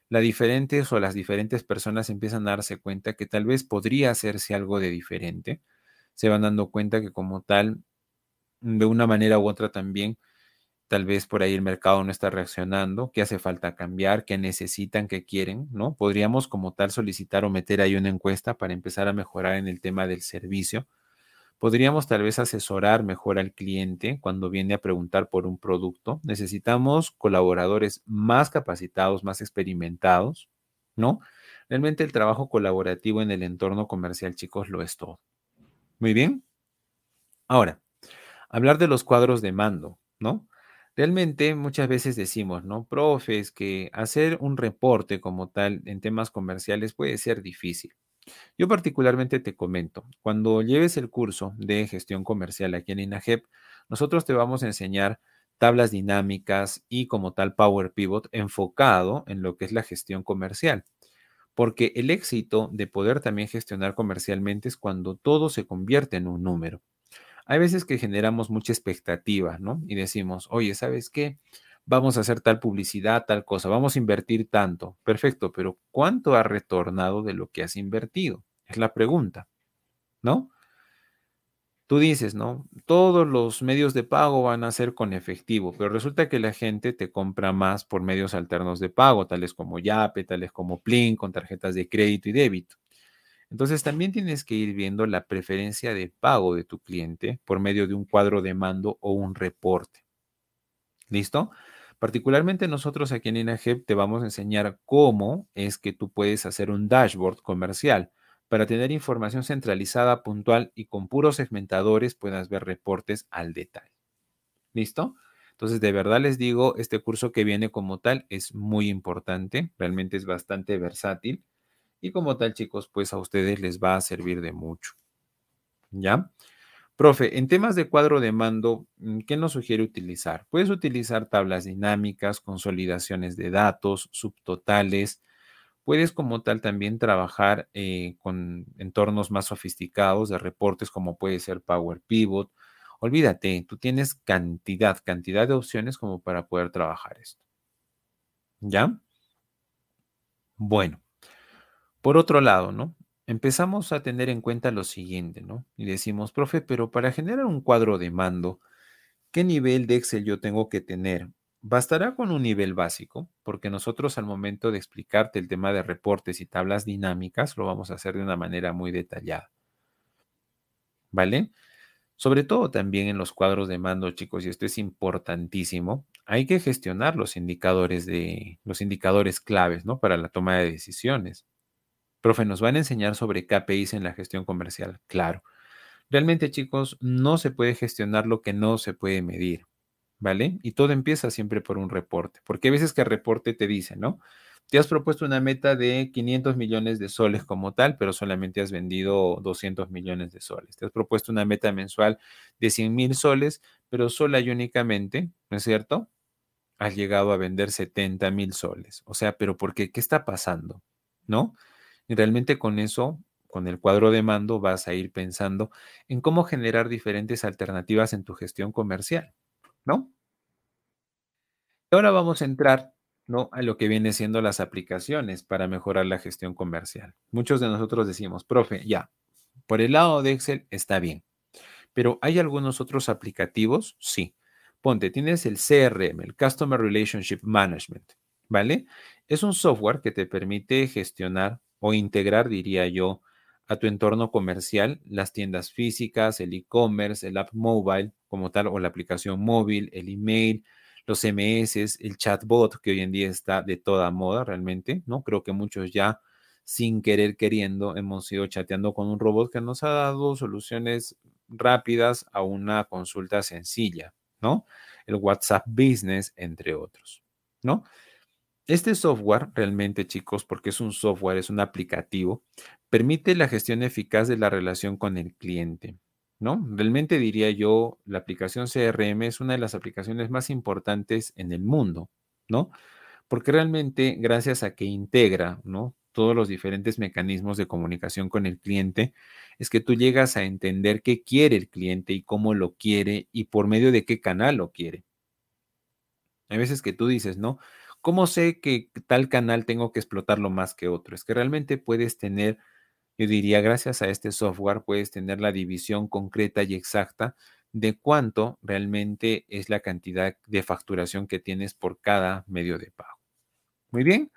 las diferentes personas empiezan a darse cuenta que tal vez podría hacerse algo de diferente. Se van dando cuenta que como tal, de una manera u otra también, tal vez por ahí el mercado no está reaccionando, qué hace falta cambiar, qué necesitan, qué quieren, ¿no? Podríamos como tal solicitar o meter ahí una encuesta para empezar a mejorar en el tema del servicio. Podríamos tal vez asesorar mejor al cliente cuando viene a preguntar por un producto. Necesitamos colaboradores más capacitados, más experimentados, ¿no? Realmente el trabajo colaborativo en el entorno comercial, chicos, lo es todo. Muy bien. Ahora, hablar de los cuadros de mando, ¿no? Realmente muchas veces decimos, ¿no? Profes, que hacer un reporte como tal en temas comerciales puede ser difícil. Yo particularmente te comento, cuando lleves el curso de gestión comercial aquí en INAGEP, nosotros te vamos a enseñar tablas dinámicas y como tal Power Pivot enfocado en lo que es la gestión comercial, porque el éxito de poder también gestionar comercialmente es cuando todo se convierte en un número. Hay veces que generamos mucha expectativa, ¿no? Y decimos, oye, ¿sabes qué? Vamos a hacer tal publicidad, tal cosa, vamos a invertir tanto. Perfecto, pero ¿cuánto ha retornado de lo que has invertido? Es la pregunta, ¿no? Tú dices, ¿no? Todos los medios de pago van a ser con efectivo, pero resulta que la gente te compra más por medios alternos de pago, tales como Yape, tales como Plin, con tarjetas de crédito y débito. Entonces también tienes que ir viendo la preferencia de pago de tu cliente por medio de un cuadro de mando o un reporte. ¿Listo? Particularmente nosotros aquí en INAGEP te vamos a enseñar cómo es que tú puedes hacer un dashboard comercial para tener información centralizada, puntual y con puros segmentadores puedas ver reportes al detalle. ¿Listo? Entonces, de verdad les digo, este curso que viene como tal es muy importante, realmente es bastante versátil y como tal, chicos, pues a ustedes les va a servir de mucho. ¿Ya? Profe, en temas de cuadro de mando, ¿qué nos sugiere utilizar? Puedes utilizar tablas dinámicas, consolidaciones de datos, subtotales. Puedes como tal también trabajar con entornos más sofisticados de reportes como puede ser Power Pivot. Olvídate, tú tienes cantidad de opciones como para poder trabajar esto. ¿Ya? Bueno. Por otro lado, ¿no? Empezamos a tener en cuenta lo siguiente, ¿no? Y decimos, profe, pero para generar un cuadro de mando, ¿qué nivel de Excel yo tengo que tener? bastará con un nivel básico, porque nosotros al momento de explicarte el tema de reportes y tablas dinámicas, lo vamos a hacer de una manera muy detallada, ¿vale? Sobre todo también en los cuadros de mando, chicos, y esto es importantísimo, hay que gestionar los indicadores claves, ¿no? Para la toma de decisiones. Profe, nos van a enseñar sobre KPIs en la gestión comercial. Claro. Realmente, chicos, no se puede gestionar lo que no se puede medir, ¿vale? Y todo empieza siempre por un reporte, porque hay veces que el reporte te dice, ¿no? Te has propuesto una meta de 500 millones de soles como tal, pero solamente has vendido 200 millones de soles. Te has propuesto una meta mensual de 100.000 soles, pero sola y únicamente, ¿no es cierto? Has llegado a vender 70.000 soles. O sea, pero ¿por qué? ¿Qué está pasando? ¿No? Y realmente con eso, con el cuadro de mando, vas a ir pensando en cómo generar diferentes alternativas en tu gestión comercial, ¿no? Ahora vamos a entrar, ¿no? A lo que viene siendo las aplicaciones para mejorar la gestión comercial. Muchos de nosotros decimos, profe, ya, por el lado de Excel está bien, pero ¿hay algunos otros aplicativos? Sí. Ponte, tienes el CRM, el Customer Relationship Management, ¿vale? Es un software que te permite gestionar o integrar, diría yo, a tu entorno comercial, las tiendas físicas, el e-commerce, el app mobile como tal, o la aplicación móvil, el email, los MS, el chatbot, que hoy en día está de toda moda realmente, ¿no? Creo que muchos ya sin querer queriendo hemos ido chateando con un robot que nos ha dado soluciones rápidas a una consulta sencilla, ¿no? El WhatsApp Business, entre otros, ¿no? Este software realmente, chicos, porque es un software, es un aplicativo, permite la gestión eficaz de la relación con el cliente, ¿no? Realmente diría yo, la aplicación CRM es una de las aplicaciones más importantes en el mundo, ¿no? Porque realmente, gracias a que integra, ¿no? Todos los diferentes mecanismos de comunicación con el cliente, es que tú llegas a entender qué quiere el cliente y cómo lo quiere y por medio de qué canal lo quiere. Hay veces que tú dices, ¿no? ¿Cómo sé que tal canal tengo que explotarlo más que otro? Es que realmente puedes tener, yo diría, gracias a este software, puedes tener la división concreta y exacta de cuánto realmente es la cantidad de facturación que tienes por cada medio de pago. Muy bien.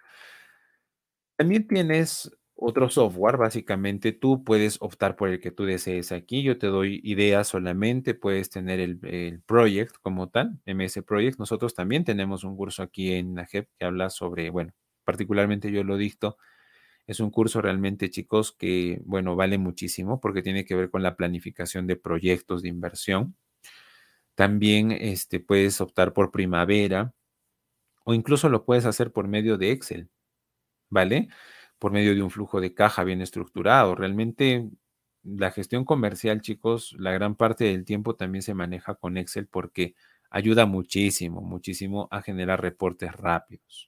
También tienes otro software, básicamente tú puedes optar por el que tú desees aquí. Yo te doy ideas solamente, puedes tener el Project como tal, MS Project. Nosotros también tenemos un curso aquí en la JEP que habla sobre, bueno, particularmente yo lo dicto. Es un curso realmente, chicos, que, bueno, vale muchísimo porque tiene que ver con la planificación de proyectos de inversión. También puedes optar por Primavera o incluso lo puedes hacer por medio de Excel. ¿Vale? Por medio de un flujo de caja bien estructurado. Realmente la gestión comercial, chicos, la gran parte del tiempo también se maneja con Excel porque ayuda muchísimo, muchísimo a generar reportes rápidos.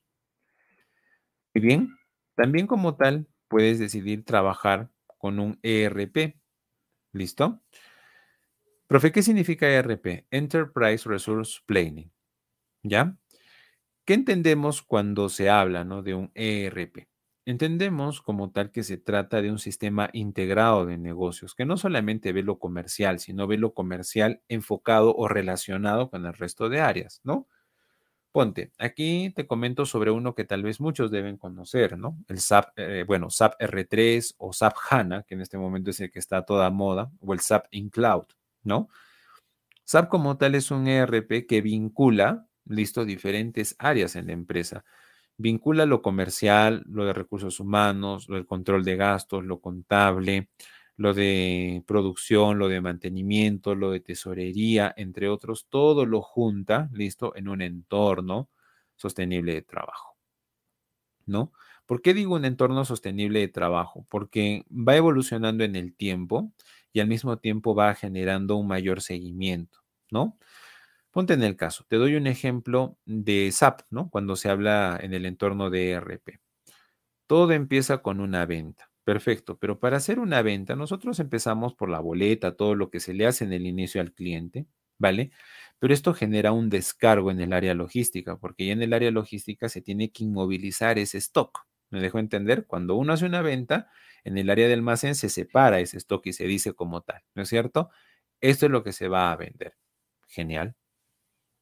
Muy bien, también como tal puedes decidir trabajar con un ERP. ¿Listo? Profe, ¿qué significa ERP? Enterprise Resource Planning. ¿Ya? ¿Qué entendemos cuando se habla, ¿no? De un ERP? Entendemos como tal que se trata de un sistema integrado de negocios, que no solamente ve lo comercial, sino ve lo comercial enfocado o relacionado con el resto de áreas, ¿no? Ponte, aquí te comento sobre uno que tal vez muchos deben conocer, ¿no? El SAP, bueno, SAP R3 o SAP HANA, que en este momento es el que está a toda moda, o el SAP InCloud, ¿no? SAP como tal es un ERP que vincula, listo, diferentes áreas en la empresa. Vincula lo comercial, lo de recursos humanos, lo del control de gastos, lo contable, lo de producción, lo de mantenimiento, lo de tesorería, entre otros, todo lo junta, listo, en un entorno sostenible de trabajo, ¿no? ¿Por qué digo un entorno sostenible de trabajo? Porque va evolucionando en el tiempo y al mismo tiempo va generando un mayor seguimiento, ¿no? Ponte en el caso, te doy un ejemplo de SAP, ¿no? Cuando se habla en el entorno de ERP. Todo empieza con una venta. Perfecto, pero para hacer una venta, nosotros empezamos por la boleta, todo lo que se le hace en el inicio al cliente, ¿vale? Pero esto genera un descargo en el área logística, porque ya en el área logística se tiene que inmovilizar ese stock. ¿Me dejo entender? Cuando uno hace una venta, en el área de almacén se separa ese stock y se dice como tal, ¿no es cierto? Esto es lo que se va a vender. Genial.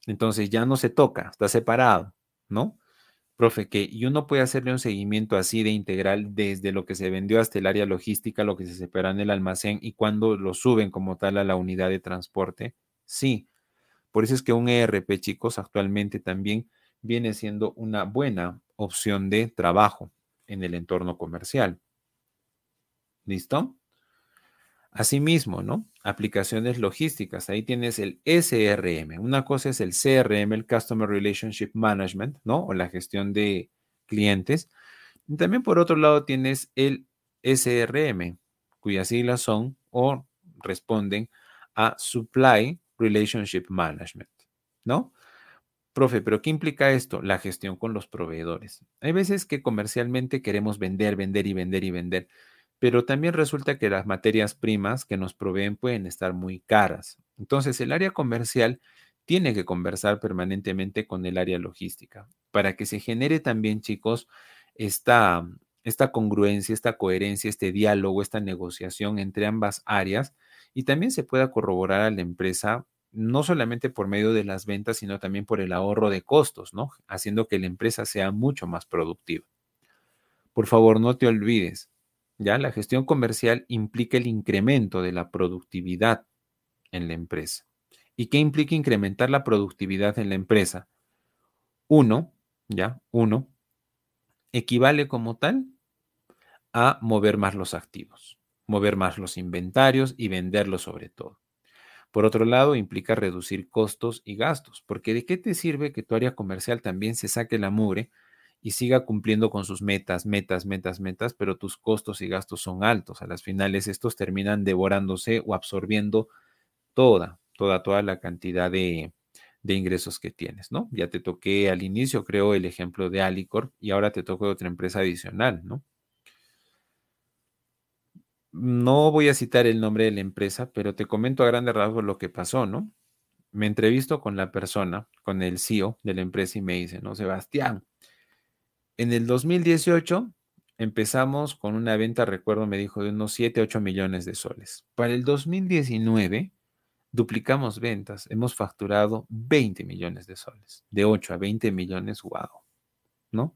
Entonces ya no se toca, está separado, ¿no? Profe, que y uno puede hacerle un seguimiento así de integral desde lo que se vendió hasta el área logística, lo que se separa en el almacén y cuando lo suben como tal a la unidad de transporte. Sí, por eso es que un ERP, chicos, actualmente también viene siendo una buena opción de trabajo en el entorno comercial. ¿Listo? Asimismo, ¿no? Aplicaciones logísticas. Ahí tienes el SRM. Una cosa es el CRM, el Customer Relationship Management, ¿no? O la gestión de clientes. Y también por otro lado tienes el SRM, cuyas siglas son o responden a Supply Relationship Management, ¿no? Profe, pero ¿qué implica esto? La gestión con los proveedores. Hay veces que comercialmente queremos vender, vender y vender y vender, pero también resulta que las materias primas que nos proveen pueden estar muy caras. Entonces, el área comercial tiene que conversar permanentemente con el área logística para que se genere también, chicos, esta, esta congruencia, esta coherencia, este diálogo, esta negociación entre ambas áreas y también se pueda corroborar a la empresa no solamente por medio de las ventas, sino también por el ahorro de costos, ¿no? Haciendo que la empresa sea mucho más productiva. Por favor, no te olvides, ¿ya? La gestión comercial implica el incremento de la productividad en la empresa. ¿Y qué implica incrementar la productividad en la empresa? Uno, ¿ya? Uno, equivale como tal a mover más los activos, mover más los inventarios y venderlos sobre todo. Por otro lado, implica reducir costos y gastos, porque ¿de qué te sirve que tu área comercial también se saque la mugre y siga cumpliendo con sus metas, metas, metas, metas, pero tus costos y gastos son altos? A las finales, estos terminan devorándose o absorbiendo toda la cantidad de ingresos que tienes, ¿no? Ya te toqué al inicio, creo, el ejemplo de Alicorp y ahora te toca otra empresa adicional, ¿no? No voy a citar el nombre de la empresa, pero te comento a grandes rasgos lo que pasó, ¿no? Me entrevisto con la persona, con el CEO de la empresa y me dice, no, Sebastián, en el 2018 empezamos con una venta, recuerdo, me dijo, de unos 7 8 millones de soles. Para el 2019 duplicamos ventas, hemos facturado 20 millones de soles, de 8 a 20 millones, wow, ¿no?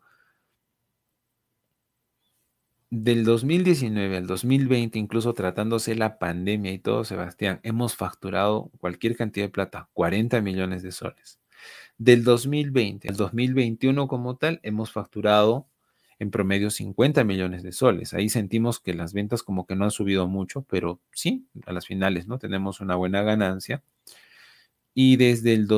Del 2019 al 2020, incluso tratándose la pandemia y todo, Sebastián, hemos facturado cualquier cantidad de plata, 40 millones de soles. Del 2020 al 2021 como tal, hemos facturado en promedio 50 millones de soles. Ahí sentimos que las ventas como que no han subido mucho, pero sí, a las finales, ¿no? Tenemos una buena ganancia. Y desde el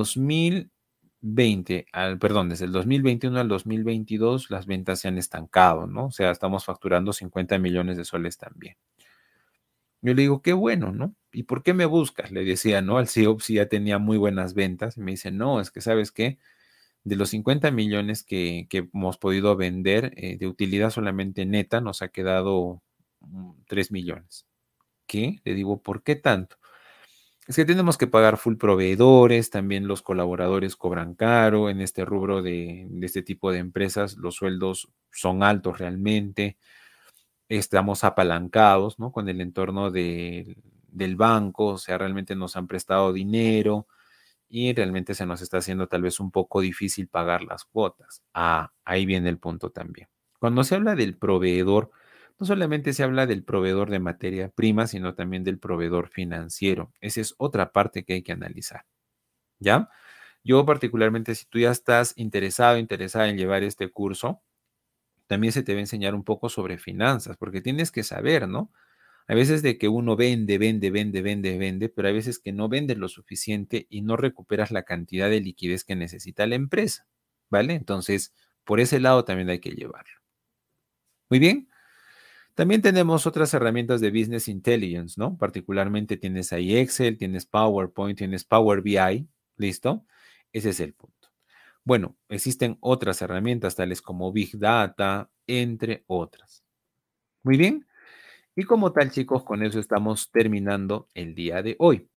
2020 perdón, desde el 2021 al 2022, las ventas se han estancado, ¿no? O sea, estamos facturando 50 millones de soles también. Yo le digo, qué bueno, ¿no? ¿Y por qué me buscas? Le decía, ¿no? Al CEO sí ya tenía muy buenas ventas. Y me dice, no, es que sabes qué, de los 50 millones que hemos podido vender de utilidad solamente neta, nos ha quedado 3 millones. ¿Qué? Le digo, ¿por qué tanto? Es que tenemos que pagar full proveedores, también los colaboradores cobran caro, en este rubro de este tipo de empresas los sueldos son altos realmente, estamos apalancados, ¿no? Con el entorno del banco, o sea, realmente nos han prestado dinero y realmente se nos está haciendo tal vez un poco difícil pagar las cuotas. Ah, ahí viene el punto también. Cuando se habla del proveedor, no solamente se habla del proveedor de materia prima, sino también del proveedor financiero. Esa es otra parte que hay que analizar, ¿ya? Yo particularmente, si tú ya estás interesado, interesada en llevar este curso, también se te va a enseñar un poco sobre finanzas, porque tienes que saber, ¿no? Hay veces de que uno vende, vende, vende, vende, vende, pero hay veces que no vendes lo suficiente y no recuperas la cantidad de liquidez que necesita la empresa, ¿vale? Entonces, por ese lado también hay que llevarlo. Muy bien. También tenemos otras herramientas de Business Intelligence, ¿no? Particularmente tienes ahí Excel, tienes PowerPoint, tienes Power BI, ¿listo? Ese es el punto. Bueno, existen otras herramientas tales como Big Data, entre otras. Muy bien. Y como tal, chicos, con eso estamos terminando el día de hoy.